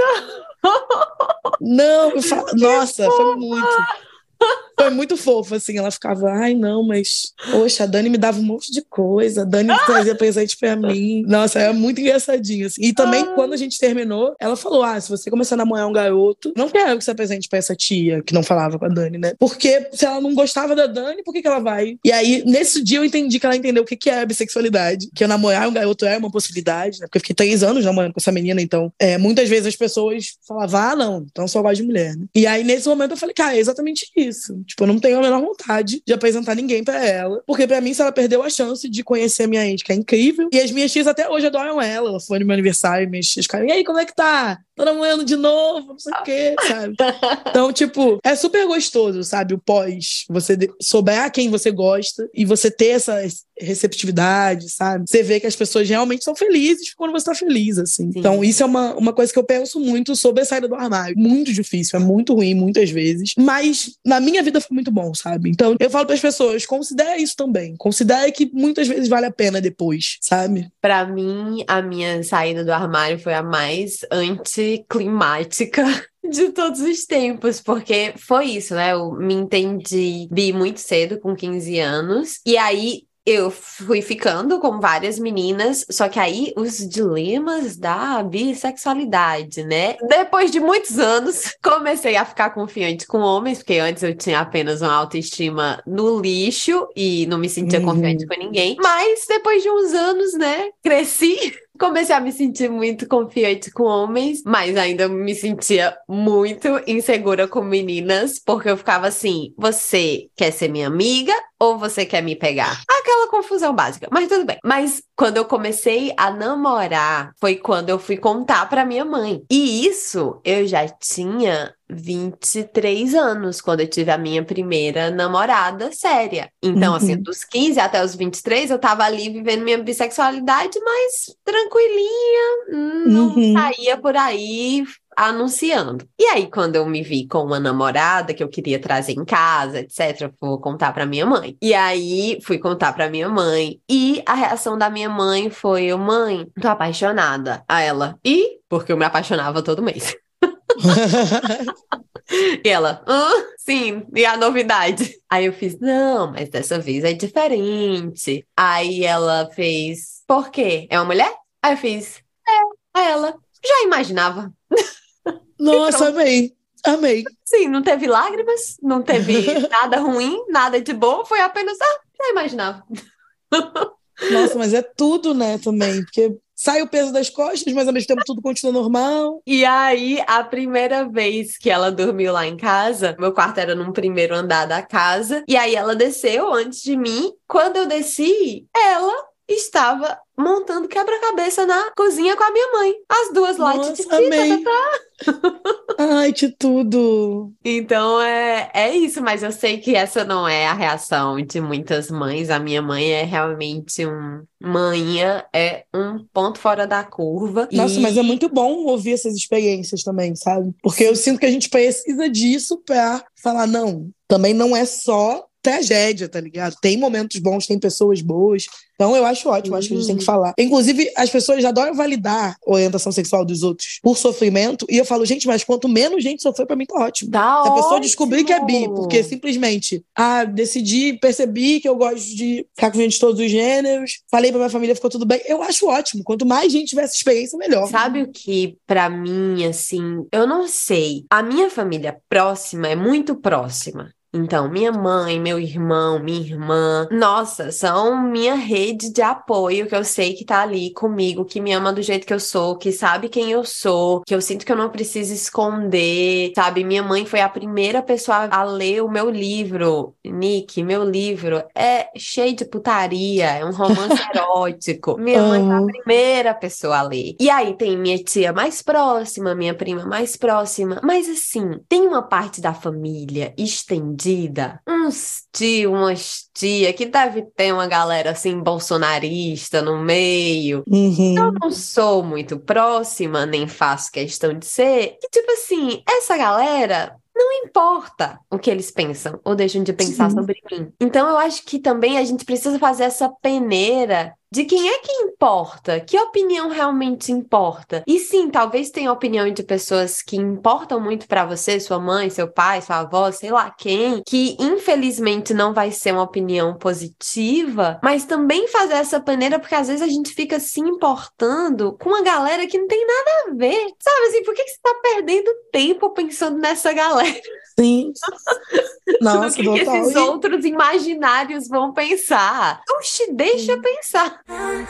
Não, não eu falo, nossa, foi muito... Foi muito fofo, assim, ela ficava, ai não, mas, poxa, a Dani me dava um monte de coisa, a Dani trazia presente pra mim. Nossa, era muito engraçadinho, assim. E também, ai. Quando a gente terminou, ela falou, ah, se você começar a namorar um garoto, não quero que você apresente pra essa tia, que não falava com a Dani, né? Porque se ela não gostava da Dani, por que que ela vai? E aí, nesse dia, eu entendi que ela entendeu o que que é a bissexualidade, que eu namorar um garoto era uma possibilidade, né? Porque eu fiquei três anos namorando com essa menina, então, é, muitas vezes as pessoas falavam, ah, não, então só gosto de mulher, né? E aí, nesse momento, eu falei, cara, é exatamente isso. Tipo, eu não tenho a menor vontade de apresentar ninguém pra ela. Porque pra mim, se ela perdeu a chance de conhecer a minha ex, que é incrível. E as minhas tias até hoje adoram ela. Ela foi no meu aniversário, minhas tias ficaram, e aí, como é que tá? Tô namorando de novo, não sei o quê, sabe? Então, tipo, é super gostoso, sabe? O pós, você souber a quem você gosta e você ter essa receptividade, sabe? Você vê que as pessoas realmente são felizes quando você tá feliz, assim. Sim. Então, isso é uma, uma coisa que eu penso muito sobre a saída do armário. Muito difícil, é muito ruim, muitas vezes. Mas, na minha vida foi muito bom, sabe? Então, eu falo pras pessoas, considere isso também. Considere que muitas vezes vale a pena depois, sabe? Pra mim, a minha saída do armário foi a mais anticlimática de todos os tempos, porque foi isso, né? Eu me entendi bi muito cedo, com quinze anos, e aí eu fui ficando com várias meninas, só que aí os dilemas da bissexualidade, né? Depois de muitos anos, comecei a ficar confiante com homens, porque antes eu tinha apenas uma autoestima no lixo e não me sentia uhum. confiante com ninguém. Mas depois de uns anos, né? Cresci. Comecei a me sentir muito confiante com homens, mas ainda me sentia muito insegura com meninas, porque eu ficava assim, você quer ser minha amiga ou você quer me pegar? Aquela confusão básica, mas tudo bem. Mas quando eu comecei a namorar, foi quando eu fui contar pra minha mãe. E isso eu já tinha vinte e três anos, quando eu tive a minha primeira namorada séria. Então, assim, Uhum. dos quinze até os vinte e três, eu tava ali vivendo minha bissexualidade, mas tranquilinha, não Uhum. saía por aí anunciando. E aí, quando eu me vi com uma namorada que eu queria trazer em casa, etcétera, vou contar pra minha mãe. E aí, fui contar pra minha mãe. E a reação da minha mãe foi: eu, mãe, tô apaixonada. A ela, e? Porque eu me apaixonava todo mês. E ela, hã? Sim, e a novidade? Aí eu fiz, não, mas dessa vez é diferente. Aí ela fez, por quê? É uma mulher? Aí eu fiz, aí ela, já imaginava. E Nossa, pronto. amei. Amei. Sim, não teve lágrimas, não teve nada ruim, nada de bom, foi apenas, ah, já imaginava. Nossa, mas é tudo, né, também. Porque sai o peso das costas, mas ao mesmo tempo tudo continua normal. E aí, a primeira vez que ela dormiu lá em casa, meu quarto era num primeiro andar da casa, e aí ela desceu antes de mim. Quando eu desci, ela estava montando quebra-cabeça na cozinha com a minha mãe. As duas lá, Nossa, tititi, amei. tatatá. Ai, que tudo. Então é, é isso, mas eu sei que essa não é a reação de muitas mães. A minha mãe é realmente um. Manhã é um ponto fora da curva. Nossa, mas é E. muito bom ouvir essas experiências também, sabe? Porque eu Sim. sinto que a gente precisa disso pra falar, não, também não é só tragédia, tá ligado? Tem momentos bons, tem pessoas boas. Então eu acho ótimo, acho que a gente tem que falar. Inclusive, as pessoas adoram validar a orientação sexual dos outros por sofrimento, e eu falo, gente, mas quanto menos gente sofrer, pra mim tá ótimo. Tá Se a pessoa descobrir que é bi, porque ótimo! simplesmente, ah, decidi, percebi que eu gosto de ficar com gente de todos os gêneros, falei pra minha família, ficou tudo bem, eu acho ótimo. Quanto mais gente tiver essa experiência, melhor. Sabe o que, pra mim, assim, eu não sei. A minha família próxima é muito próxima. Então, minha mãe, meu irmão, minha irmã, nossa, são minha rede de apoio, que eu sei que tá ali comigo, que me ama do jeito que eu sou, que sabe quem eu sou, que eu sinto que eu não preciso esconder, sabe? Minha mãe foi a primeira pessoa a ler o meu livro. Nick, meu livro é cheio de putaria, é um romance erótico. Minha mãe foi a Aham. primeira pessoa a ler. E aí tem minha tia mais próxima, minha prima mais próxima, mas assim, tem uma parte da família estendida, uns tio, umas tia, que deve ter uma galera assim bolsonarista no meio. Eu Uhum. não sou muito próxima, nem faço questão de ser. Que tipo assim, essa galera não importa o que eles pensam ou deixam de pensar Sim. sobre mim. Então eu acho que também a gente precisa fazer essa peneira de quem é que importa, que opinião realmente importa. E sim, talvez tenha opinião de pessoas que importam muito pra você, sua mãe, seu pai, sua avó, sei lá quem, que infelizmente não vai ser uma opinião positiva, mas também fazer essa peneira porque às vezes a gente fica se importando com uma galera que não tem nada a ver. Sabe assim, por que que você tá perdendo tempo pensando nessa galera? Sim. No Nossa, que que total. esses E outros imaginários vão pensar? Oxi, deixa pensar.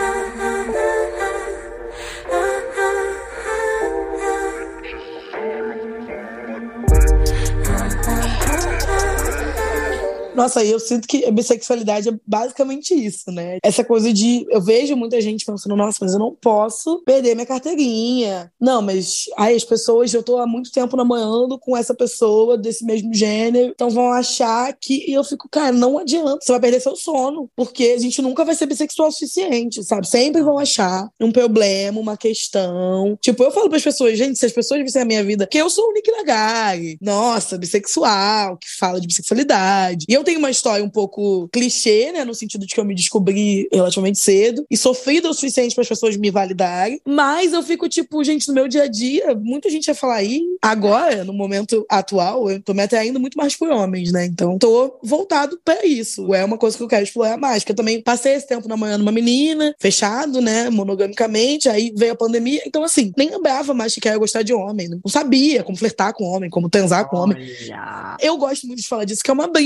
nossa, eu sinto que a bissexualidade é basicamente isso, né? Essa coisa de. Eu vejo muita gente pensando, nossa, mas eu não posso perder minha carteirinha. Não, mas aí as pessoas, eu tô há muito tempo namorando com essa pessoa desse mesmo gênero, então vão achar que. E eu fico, cara, não adianta, você vai perder seu sono, porque a gente nunca vai ser bissexual o suficiente, sabe? Sempre vão achar um problema, uma questão. Tipo, eu falo pras pessoas, gente, se as pessoas vissem a minha vida, que eu sou o Nick Nagari, nossa, bissexual, que fala de bissexualidade. E eu tenho uma história um pouco clichê, né, no sentido de que eu me descobri relativamente cedo e sofrida o suficiente para as pessoas me validarem, mas eu fico tipo, gente, no meu dia a dia, muita gente ia falar aí, agora, no momento atual, eu tô me atraindo muito mais por homens, né, então tô voltado para isso, é uma coisa que eu quero explorar mais, porque eu também passei esse tempo namorando uma menina, fechado, né, monogamicamente, aí veio a pandemia, então assim, nem lembrava mais que queria gostar de homem, não sabia como flertar com homem, como transar com homem. Olha. Eu gosto muito de falar disso, que é uma brisa, e as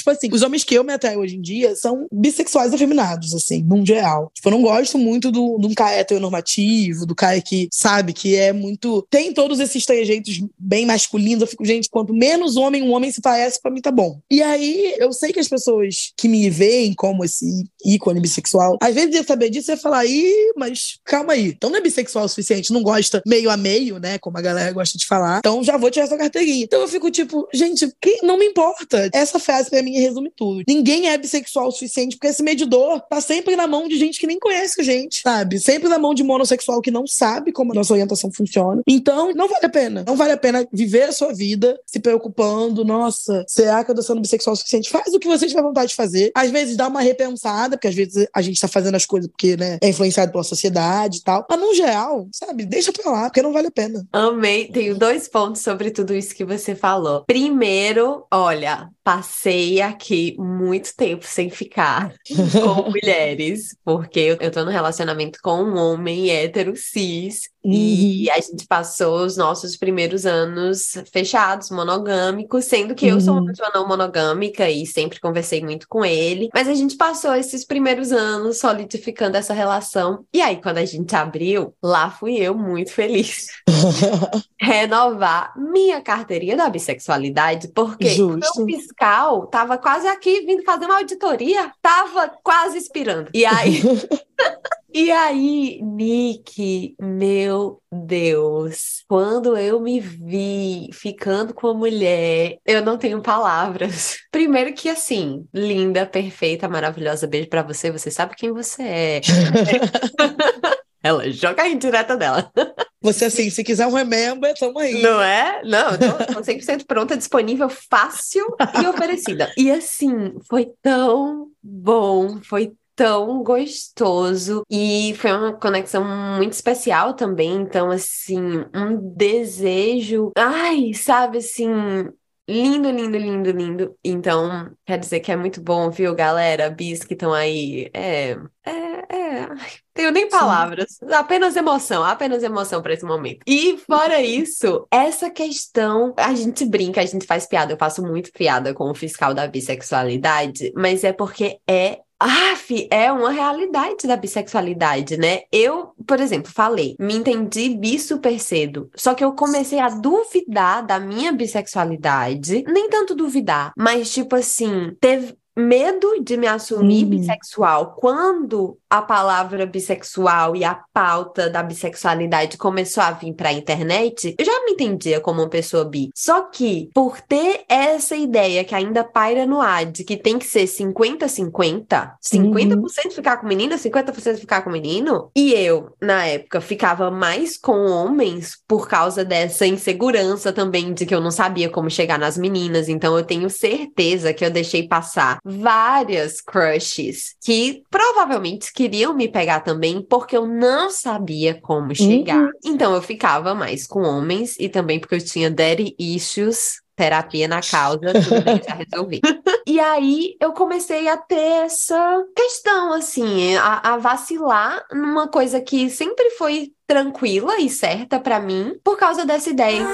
tipo assim, os homens que eu me atraio hoje em dia são bissexuais afeminados, assim, num geral. Tipo, eu não gosto muito do, de um cara heteronormativo, do cara que, sabe, que é muito... Tem todos esses trejeitos bem masculinos. Eu fico, gente, quanto menos homem um homem se parece, pra mim tá bom. E aí, eu sei que as pessoas que me veem como esse ícone bissexual, às vezes ia saber disso e ia falar, ih, mas calma aí. Então não é bissexual o suficiente, não gosta meio a meio, né, como a galera gosta de falar. Então já vou tirar essa carteirinha. Então eu fico tipo, gente, que não me importa. Essa frase pra mim resume tudo. Ninguém é bissexual o suficiente, porque esse medidor tá sempre na mão de gente que nem conhece a gente, sabe? Sempre na mão de monossexual que não sabe como a nossa orientação funciona. Então, não vale a pena. Não vale a pena viver a sua vida se preocupando, nossa, será que eu tô sendo bissexual o suficiente? Faz o que você tiver vontade de fazer. Às vezes dá uma repensada, porque às vezes a gente tá fazendo as coisas porque, né, é influenciado pela sociedade e tal. Mas no geral, sabe, deixa pra lá, porque não vale a pena. Amei. Tenho dois pontos sobre tudo isso que você falou. Primeiro, olha, passei aqui muito tempo sem ficar com mulheres, porque eu, eu tô num relacionamento com um homem hétero cis. E a gente passou os nossos primeiros anos fechados, monogâmicos, sendo que eu sou uma Uhum. pessoa não monogâmica e sempre conversei muito com ele. Mas a gente passou esses primeiros anos solidificando essa relação. E aí, quando a gente abriu, lá fui eu muito feliz. Renovar minha carteirinha da bissexualidade, porque o Justo. meu fiscal tava quase aqui vindo fazer uma auditoria, tava quase expirando. E aí... E aí, Nick, meu Deus, quando eu me vi ficando com a mulher, eu não tenho palavras. Primeiro que assim, linda, perfeita, maravilhosa, beijo pra você, você sabe quem você é. Ela joga a indireta dela. Você, assim, se quiser um remember, tamo aí. Não é? Não, eu tô, tô cem por cento pronta, disponível, fácil e oferecida. E assim, foi tão bom, foi tão gostoso e foi uma conexão muito especial também, então assim, um desejo, ai, sabe assim, lindo, lindo, lindo, lindo. Então, quer dizer que é muito bom, viu, galera? Bis que estão aí, é, é, é, ai, tenho nem palavras, apenas emoção, apenas emoção para esse momento. E fora isso, essa questão, a gente brinca, a gente faz piada, eu faço muito piada com o fiscal da bissexualidade, mas é porque é Aff, é uma realidade da bissexualidade, né? Eu, por exemplo, falei, me entendi bi super cedo, só que eu comecei a duvidar da minha bissexualidade, nem tanto duvidar, mas tipo assim, teve medo de me assumir Uhum. bissexual quando a palavra bissexual e a pauta da bissexualidade começou a vir pra internet. Eu já me entendia como uma pessoa bi. Só que, por ter essa ideia que ainda paira no ar de que tem que ser cinquenta a cinquenta, cinquenta por cento ficar com menina, cinquenta por cento ficar com menino, e eu, na época, ficava mais com homens por causa dessa insegurança também de que eu não sabia como chegar nas meninas. Então eu tenho certeza que eu deixei passar várias crushes que provavelmente queriam me pegar também porque eu não sabia como chegar. Uhum. Então eu ficava mais com homens e também porque eu tinha daddy issues, terapia na causa, tudo bem, já resolvi. E aí eu comecei a ter essa questão, assim, a, a vacilar numa coisa que sempre foi tranquila e certa pra mim por causa dessa ideia.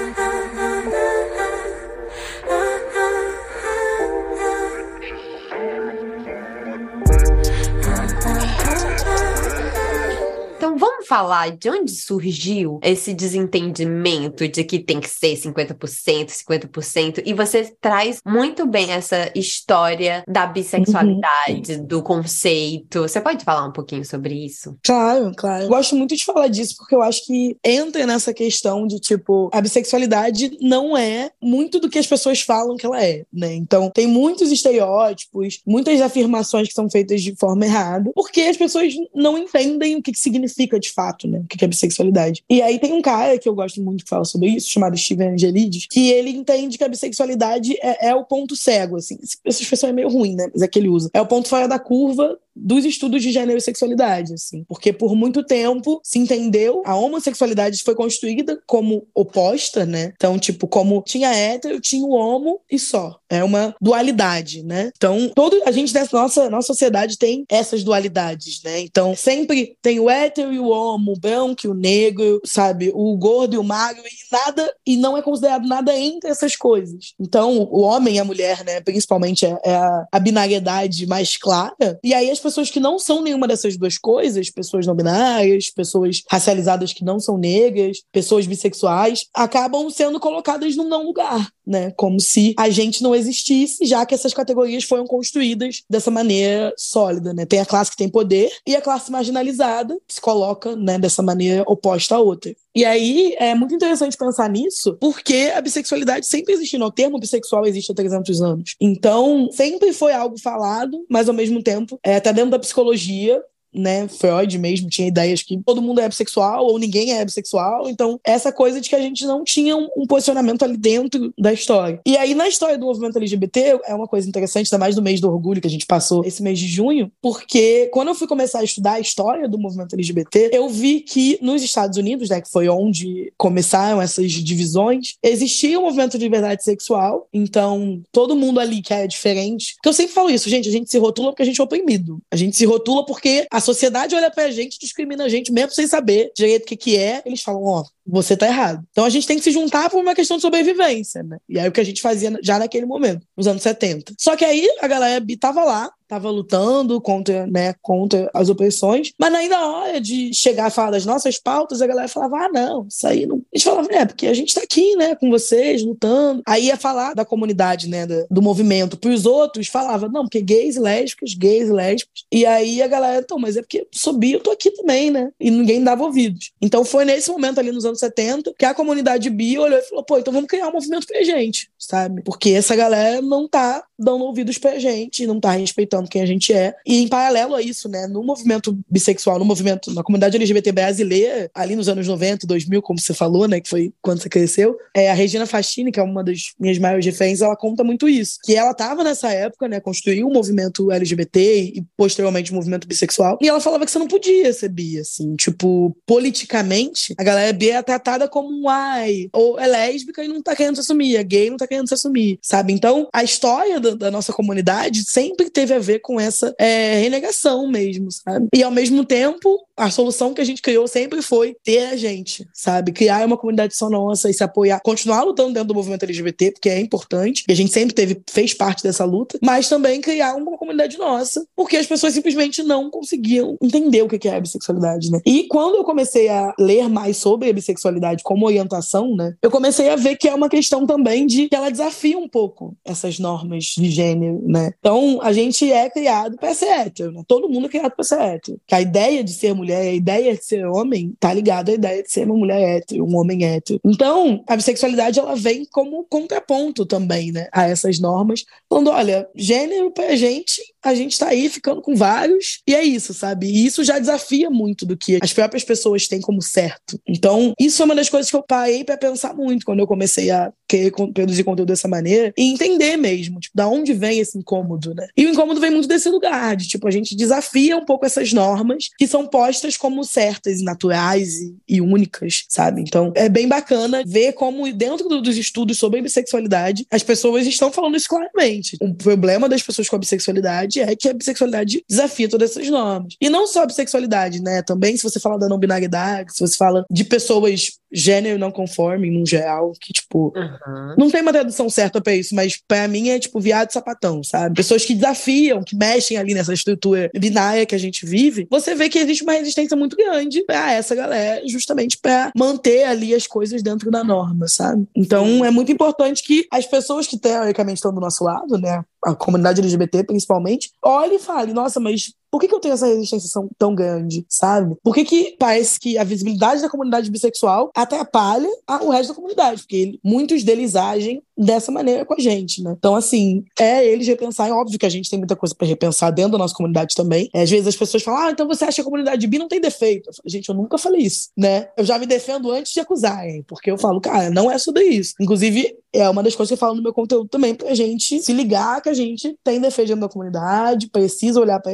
Então vamos falar de onde surgiu esse desentendimento de que tem que ser cinquenta por cento, cinquenta por cento, e você traz muito bem essa história da bissexualidade, uhum. do conceito. Você pode falar um pouquinho sobre isso? Claro, claro. Eu gosto muito de falar disso porque eu acho que entra nessa questão de, tipo, a bissexualidade não é muito do que as pessoas falam que ela é, né? Então, tem muitos estereótipos, muitas afirmações que são feitas de forma errada, porque as pessoas não entendem o que, que significa de fato, né? O que é bissexualidade. E aí tem um cara que eu gosto muito que fala sobre isso, chamado Steven Angelides, que ele entende que a bissexualidade é, é o ponto cego, assim. Essa expressão é meio ruim, né? Mas é que ele usa. É o ponto fora da curva dos estudos de gênero e sexualidade, assim. Porque por muito tempo se entendeu, a homossexualidade foi construída como oposta, né? Então, tipo, como tinha hétero, tinha o homo e só. É uma dualidade, né? Então, todo, a gente dessa nossa, nossa sociedade tem essas dualidades, né? Então, sempre tem o hétero e o homo, o branco e o negro, sabe? O gordo e o magro, e nada, e não é considerado nada entre essas coisas. Então, o homem e a mulher, né, principalmente é, é a, a binariedade mais clara. E aí as pessoas que não são nenhuma dessas duas coisas, pessoas não binárias, pessoas racializadas que não são negras, pessoas bissexuais, acabam sendo colocadas num não lugar, né? Como se a gente não existisse, já que essas categorias foram construídas dessa maneira sólida, né? Tem a classe que tem poder e a classe marginalizada que se coloca, né, dessa maneira oposta à outra. E aí é muito interessante pensar nisso, porque a bissexualidade sempre existiu, né? O termo bissexual existe há trezentos anos. Então, sempre foi algo falado, mas ao mesmo tempo, é, até dentro da psicologia, né, Freud mesmo tinha ideias que todo mundo é bissexual ou ninguém é bissexual, então essa coisa de que a gente não tinha um, um posicionamento ali dentro da história. E aí na história do movimento L G B T é uma coisa interessante, ainda mais no mês do orgulho que a gente passou esse mês de junho, porque quando eu fui começar a estudar a história do movimento L G B T, eu vi que nos Estados Unidos, né, que foi onde começaram essas divisões, existia um movimento de liberdade sexual, então todo mundo ali que é diferente, porque eu sempre falo isso, gente, a gente se rotula porque a gente é oprimido, a gente se rotula porque a sociedade olha pra gente, discrimina a gente, mesmo sem saber direito o que, que é, eles falam, ó, oh, você tá errado. Então a gente tem que se juntar por uma questão de sobrevivência, né? E aí o que a gente fazia já naquele momento, nos anos setenta. Só que aí a galera bi tava lá, tava lutando contra, né, contra as opressões, mas aí na hora de chegar a falar das nossas pautas, a galera falava, ah, não, isso aí não... A gente falava, é, porque a gente tá aqui, né, com vocês, lutando. Aí ia falar da comunidade, né, do, do movimento pros outros, falava, não, porque gays e lésbicas, gays e lésbicas. E aí a galera, então, mas é porque sou bi, eu tô aqui também, né? E ninguém dava ouvidos. Então foi nesse momento ali nos anos setenta que a comunidade bi olhou e falou, pô, então vamos criar um movimento pra gente, sabe? Porque essa galera não tá dando ouvidos pra gente, não tá respeitando quem a gente é. E em paralelo a isso, né, no movimento bissexual, no movimento, na comunidade L G B T brasileira, ali nos anos noventa, dois mil, como você falou, né, que foi quando você cresceu, é, a Regina Fachini, que é uma das minhas maiores referências, ela conta muito isso, que ela tava nessa época, né, construiu o movimento L G B T e posteriormente o movimento bissexual, e ela falava que você não podia ser bi, assim, tipo, politicamente, a galera bi é tratada como um ai, ou é lésbica e não tá querendo se assumir, é gay e não tá querendo se assumir, sabe? Então, a história da, da nossa comunidade sempre teve a ver com essa é, renegação mesmo, sabe? E ao mesmo tempo, a solução que a gente criou sempre foi ter a gente, sabe? Criar uma comunidade só nossa e se apoiar, continuar lutando dentro do movimento L G B T, porque é importante, e a gente sempre teve, fez parte dessa luta, mas também criar uma comunidade nossa, porque as pessoas simplesmente não conseguiam entender o que é a bissexualidade, né? E quando eu comecei a ler mais sobre a bissexualidade como orientação, né, eu comecei a ver que é uma questão também de que ela desafia um pouco essas normas de gênero, né? Então, a gente é criado para ser hétero, né? Todo mundo é criado para ser hétero. Que a ideia de ser mulher, a ideia de ser homem, tá ligada à ideia de ser uma mulher hétero, um homem hétero. Então, a bissexualidade, ela vem como contraponto também, né, a essas normas, falando, olha, gênero pra gente, a gente tá aí ficando com vários, e é isso, sabe? E isso já desafia muito do que as próprias pessoas têm como certo. Então, isso é uma das coisas que eu parei pra pensar muito quando eu comecei a querer produzir conteúdo dessa maneira e entender mesmo, tipo, da onde vem esse incômodo, né? E o incômodo vem muito desse lugar, de, tipo, a gente desafia um pouco essas normas que são postas como certas e naturais e, e únicas, sabe? Então, é bem bacana ver como dentro do, dos estudos sobre a bissexualidade, as pessoas estão falando isso claramente. O problema das pessoas com a bissexualidade é que a bissexualidade desafia todas essas normas. E não só a bissexualidade, né? Também, se você fala da não-binariedade, se você fala de pessoas gênero não conforme, no geral, que, tipo, uhum. não tem uma tradução certa pra isso, mas pra mim é, tipo, viado e sapatão, sabe? Pessoas que desafiam, que mexem ali nessa estrutura binária que a gente vive, você vê que existe uma resistência muito grande pra essa galera, justamente pra manter ali as coisas dentro da norma, sabe? Então, Sim. é muito importante que as pessoas que, teoricamente, estão do nosso lado, né, a comunidade L G B T, principalmente, olhe e fale, nossa, mas por que que eu tenho essa resistência tão grande, sabe? Por que que parece que a visibilidade da comunidade bissexual atrapalha o resto da comunidade? Porque ele, muitos deles agem dessa maneira com a gente, né? Então, assim, é eles repensarem. Óbvio que a gente tem muita coisa pra repensar dentro da nossa comunidade também. Às vezes as pessoas falam, ah, então você acha que a comunidade bi não tem defeito? Eu falo, gente, eu nunca falei isso, né? Eu já me defendo antes de acusarem, porque eu falo, cara, não é sobre isso. Inclusive, é uma das coisas que eu falo no meu conteúdo também, pra gente se ligar que a gente tem defeito dentro da comunidade, precisa olhar pra essas coisas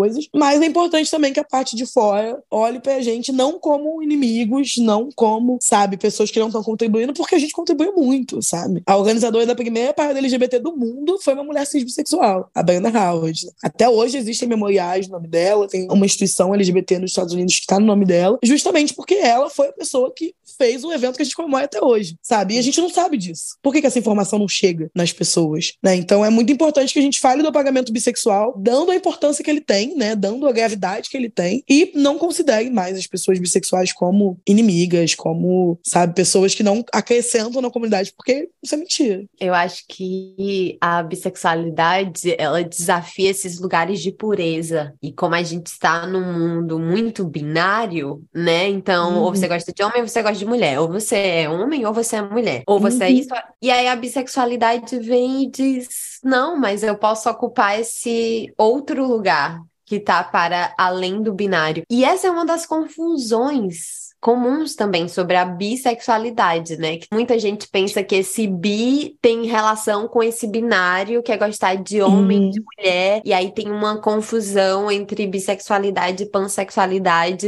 coisas, mas é importante também que a parte de fora olhe pra gente não como inimigos, não como, sabe, pessoas que não estão contribuindo, porque a gente contribui muito, sabe? A organizadora da primeira parada L G B T do mundo foi uma mulher cis bissexual, a Brenda Howard. Até hoje existem memoriais no nome dela, tem uma instituição L G B T nos Estados Unidos que tá no nome dela, justamente porque ela foi a pessoa que fez um evento que a gente comemora até hoje, sabe? E a gente não sabe disso. Por que que essa informação não chega nas pessoas, né? Então é muito importante que a gente fale do apagamento bissexual, dando a importância que ele tem, né? Dando a gravidade que ele tem, e não considere mais as pessoas bissexuais como inimigas, como, sabe, pessoas que não acrescentam na comunidade, porque isso é mentira. Eu acho que a bissexualidade, ela desafia esses lugares de pureza. E como a gente está num mundo muito binário, né? Então, uhum. ou você gosta de homem ou você gosta de mulher. Ou você é homem ou você é mulher. Ou você uhum. é isso. E aí a bissexualidade vem e diz, não, mas eu posso ocupar esse outro lugar que tá para além do binário. E essa é uma das confusões comuns também sobre a bissexualidade, né? Que muita gente pensa que esse bi tem relação com esse binário, que é gostar de homem e Uhum. de mulher, e aí tem uma confusão entre bissexualidade e pansexualidade.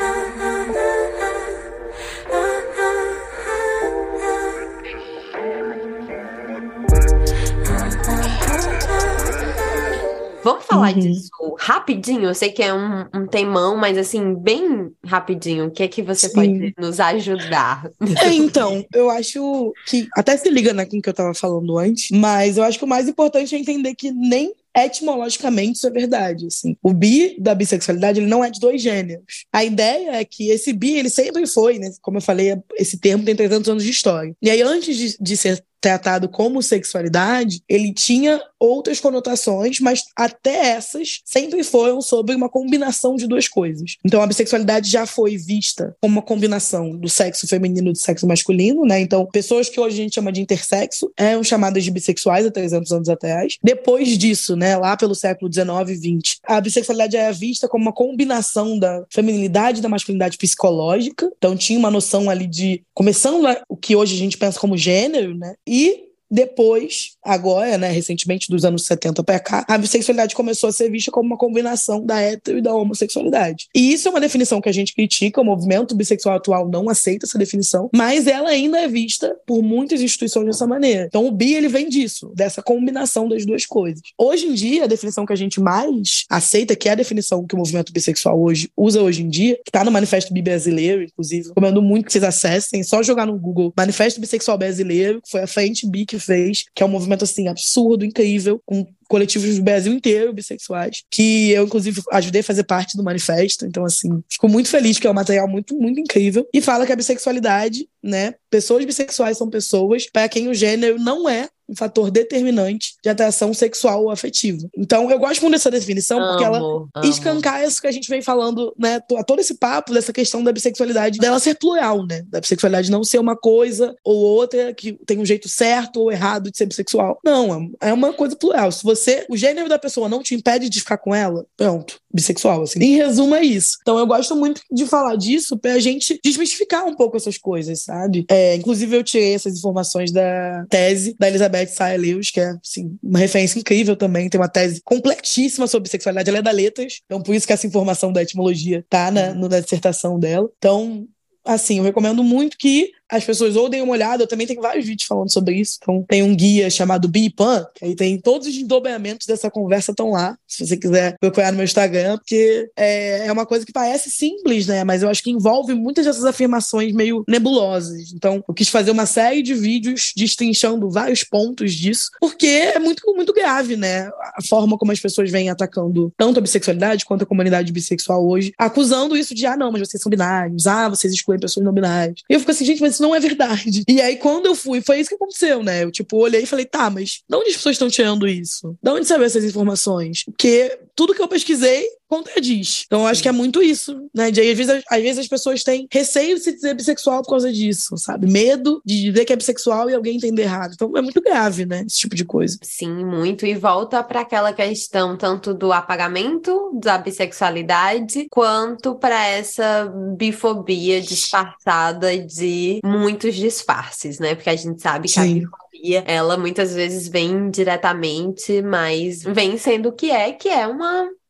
Vamos falar uhum. disso rapidinho? Eu sei que é um, um temão, mas assim, bem rapidinho. O que é que você Sim. pode nos ajudar? É, então, eu acho que até se liga, né, com o que eu tava falando antes, mas eu acho que o mais importante é entender que nem etimologicamente isso é verdade, assim. O bi da bissexualidade, ele não é de dois gêneros. A ideia é que esse bi, ele sempre foi, né, como eu falei, esse termo tem trezentos anos de história. E aí, antes de, de ser tratado como sexualidade, ele tinha outras conotações, mas até essas sempre foram sobre uma combinação de duas coisas. Então a bissexualidade já foi vista como uma combinação do sexo feminino e do sexo masculino, né? Então pessoas que hoje a gente chama de intersexo eram chamadas de bissexuais há trezentos anos atrás. Depois disso, né, lá pelo século dezenove e vinte, a bissexualidade era vista como uma combinação da feminilidade e da masculinidade psicológica. Então tinha uma noção ali de, começando lá, o que hoje a gente pensa como gênero, né? E depois, agora, né, recentemente, dos anos setenta para cá, a bissexualidade começou a ser vista como uma combinação da hetero e da homossexualidade. E isso é uma definição que a gente critica, o movimento bissexual atual não aceita essa definição, mas ela ainda é vista por muitas instituições dessa maneira. Então o bi, ele vem disso, dessa combinação das duas coisas. Hoje em dia, a definição que a gente mais aceita, que é a definição que o movimento bissexual hoje usa hoje em dia, que está no Manifesto Bi Brasileiro, inclusive, recomendo muito que vocês acessem, só jogar no Google Manifesto Bissexual Brasileiro, que foi a Frente Bi que fez, que é um movimento assim absurdo, incrível, com coletivos do Brasil inteiro bissexuais, que eu inclusive ajudei a fazer parte do manifesto, então assim, fico muito feliz, que é um material muito, muito incrível, e fala que a bissexualidade, né, pessoas bissexuais são pessoas para quem o gênero não é um fator determinante de atração sexual ou afetiva. Então, eu gosto muito dessa definição, amo, porque ela amo. escancara isso que a gente vem falando, né, todo esse papo dessa questão da bissexualidade, dela ser plural, né, da bissexualidade não ser uma coisa ou outra, que tem um jeito certo ou errado de ser bissexual. Não, é uma coisa plural. Se você, o gênero da pessoa não te impede de ficar com ela, pronto, bissexual, assim. Em resumo, é isso. Então, eu gosto muito de falar disso pra gente desmistificar um pouco essas coisas, sabe? É, inclusive, eu tirei essas informações da tese da Elizabeth Saia Lewis, que é, assim, uma referência incrível também, tem uma tese completíssima sobre sexualidade, ela é da Letras, então por isso que essa informação da etimologia tá na, na dissertação dela. Então, assim, eu recomendo muito que as pessoas ou deem uma olhada, eu também tenho vários vídeos falando sobre isso, então tem um guia chamado Bipan, que aí tem todos os desdobramentos dessa conversa estão lá, se você quiser procurar no meu Instagram, porque é, é uma coisa que parece simples, né, mas eu acho que envolve muitas dessas afirmações meio nebulosas, então eu quis fazer uma série de vídeos destrinchando vários pontos disso, porque é muito, muito grave, né, a forma como as pessoas vêm atacando tanto a bissexualidade quanto a comunidade bissexual hoje, acusando isso de, ah não, mas vocês são binários, ah, vocês excluem pessoas não binárias, e eu fico assim, gente, mas não é verdade. E aí, quando eu fui, foi isso que aconteceu, né? Eu, tipo, olhei e falei, tá, mas de onde as pessoas estão tirando isso? De onde sabe essas informações? Porque tudo que eu pesquisei contradiz. Então, eu acho que é muito isso, né? De aí, às vezes, às vezes as pessoas têm receio de se dizer bissexual por causa disso, sabe? Medo de dizer que é bissexual e alguém entender errado. Então, é muito grave, né? Esse tipo de coisa. Sim, muito. E volta para aquela questão tanto do apagamento da bissexualidade, quanto para essa bifobia disfarçada de muitos disfarces, né? Porque a gente sabe que Sim. a bifobia, ela muitas vezes vem diretamente, mas vem sendo o que é, que é uma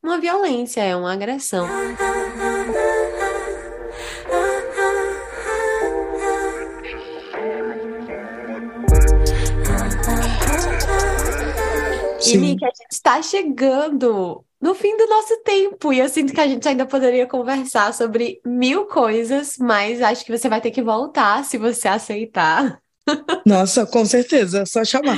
uma violência, é uma agressão. Sim. E, Nick, a gente está chegando no fim do nosso tempo e eu sinto que a gente ainda poderia conversar sobre mil coisas, mas acho que você vai ter que voltar se você aceitar. Nossa, com certeza, só chamar.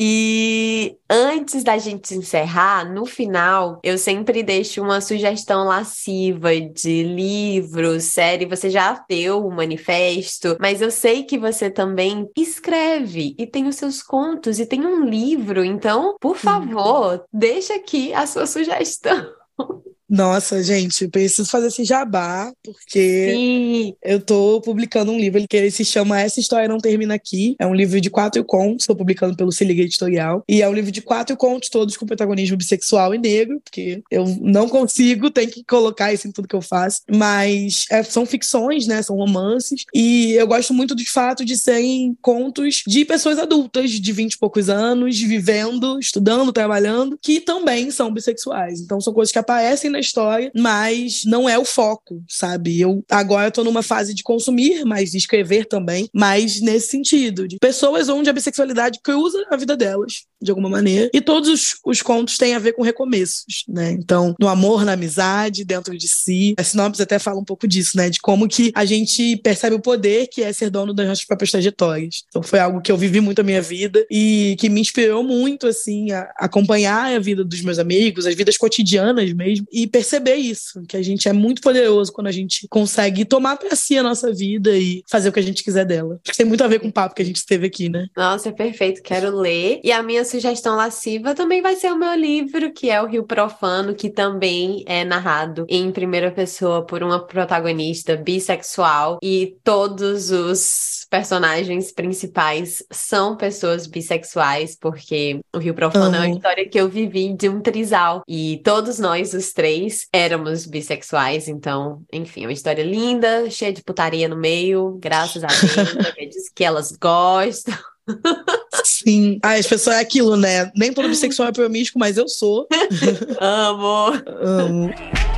E antes da gente encerrar, no final, eu sempre deixo uma sugestão lasciva de livro, série. Você já deu o manifesto, mas eu sei que você também escreve e tem os seus contos e tem um livro. Então, por favor, deixa aqui a sua sugestão. Nossa, gente, preciso fazer esse jabá, porque Sim. eu tô publicando um livro que ele se chama Essa História Não Termina Aqui. É um livro de quatro contos, estou publicando pelo Se Liga Editorial. E é um livro de quatro contos, todos com protagonismo bissexual e negro, porque eu não consigo, tenho que colocar isso em tudo que eu faço. Mas é, são ficções, né? São romances. E eu gosto muito do fato de serem contos de pessoas adultas, de vinte e poucos anos, vivendo, estudando, trabalhando, que também são bissexuais. Então são coisas que aparecem na história, mas não é o foco, sabe? Eu agora tô numa fase de consumir, mas de escrever também, mas nesse sentido, de pessoas onde a bissexualidade cruza a vida delas, de alguma maneira, e todos os, os contos têm a ver com recomeços, né? Então, no amor, na amizade, dentro de si. A sinopse até fala um pouco disso, né? De como que a gente percebe o poder que é ser dono das nossas próprias trajetórias. Então, foi algo que eu vivi muito a minha vida e que me inspirou muito, assim, a acompanhar a vida dos meus amigos, as vidas cotidianas mesmo, e perceber isso, que a gente é muito poderoso quando a gente consegue tomar pra si a nossa vida e fazer o que a gente quiser dela. Acho que tem muito a ver com o papo que a gente teve aqui, né? Nossa, é perfeito, quero ler. E a minha sugestão lasciva também vai ser o meu livro, que é O Rio Profano, que também é narrado em primeira pessoa por uma protagonista bissexual e todos os personagens principais são pessoas bissexuais, porque O Rio Profano uhum. é uma história que eu vivi de um trisal e todos nós, os três, éramos bissexuais, então, enfim, é uma história linda, cheia de putaria no meio, graças a Deus, acredito que elas gostam. Sim. Ah, as pessoas é aquilo, né? Nem todo bissexual é promíscuo, mas eu sou. Amo. Amo.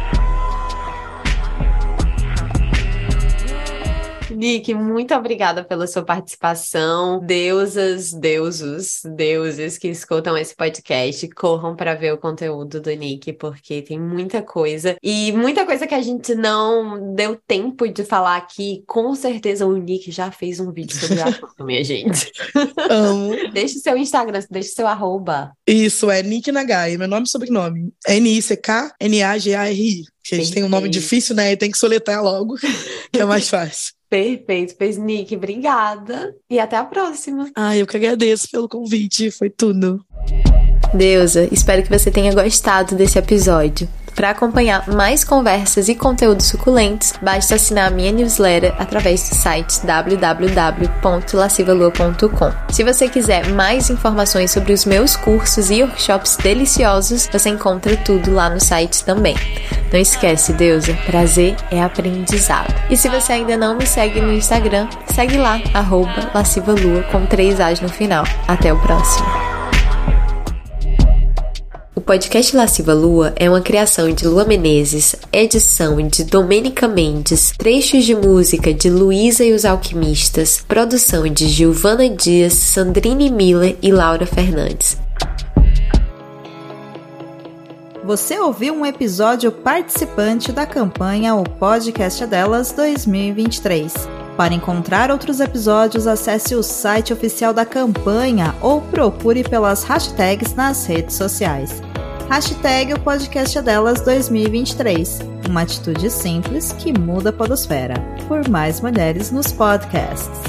Nick, muito obrigada pela sua participação. Deusas, deusos, deuses que escutam esse podcast, corram para ver o conteúdo do Nick, porque tem muita coisa. E muita coisa que a gente não deu tempo de falar aqui. Com certeza o Nick já fez um vídeo sobre o assunto, minha gente. Amo. Deixa o seu Instagram, deixa o seu arroba. Isso, é Nick Nagai, meu nome e sobrenome. N I C K N A G A R I. Que a gente tem um nome difícil, né? E tem que soletrar logo, que é mais fácil. Perfeito, pois Nick, obrigada e até a próxima. Ah, eu que agradeço pelo convite, foi tudo. Deusa, espero que você tenha gostado desse episódio. Para acompanhar mais conversas e conteúdos suculentos, basta assinar a minha newsletter através do site w w w ponto lascivalua ponto com. Se você quiser mais informações sobre os meus cursos e workshops deliciosos, você encontra tudo lá no site também. Não esquece, Deusa, prazer é aprendizado. E se você ainda não me segue no Instagram, segue lá, arroba lascivalua com três A's no final. Até o próximo. O podcast Lasciva Lua é uma criação de Lua Menezes, edição de Domênica Mendes, trechos de música de Luísa e os Alquimistas, produção de Giovana Dias, Sandrine Miller e Laura Fernandes. Você ouviu um episódio participante da campanha O Podcast é Delas dois mil e vinte e três. Para encontrar outros episódios, acesse o site oficial da campanha ou procure pelas hashtags nas redes sociais. Hashtag O Podcast é Delas dois mil e vinte e três. Uma atitude simples que muda a podosfera. Por mais mulheres nos podcasts.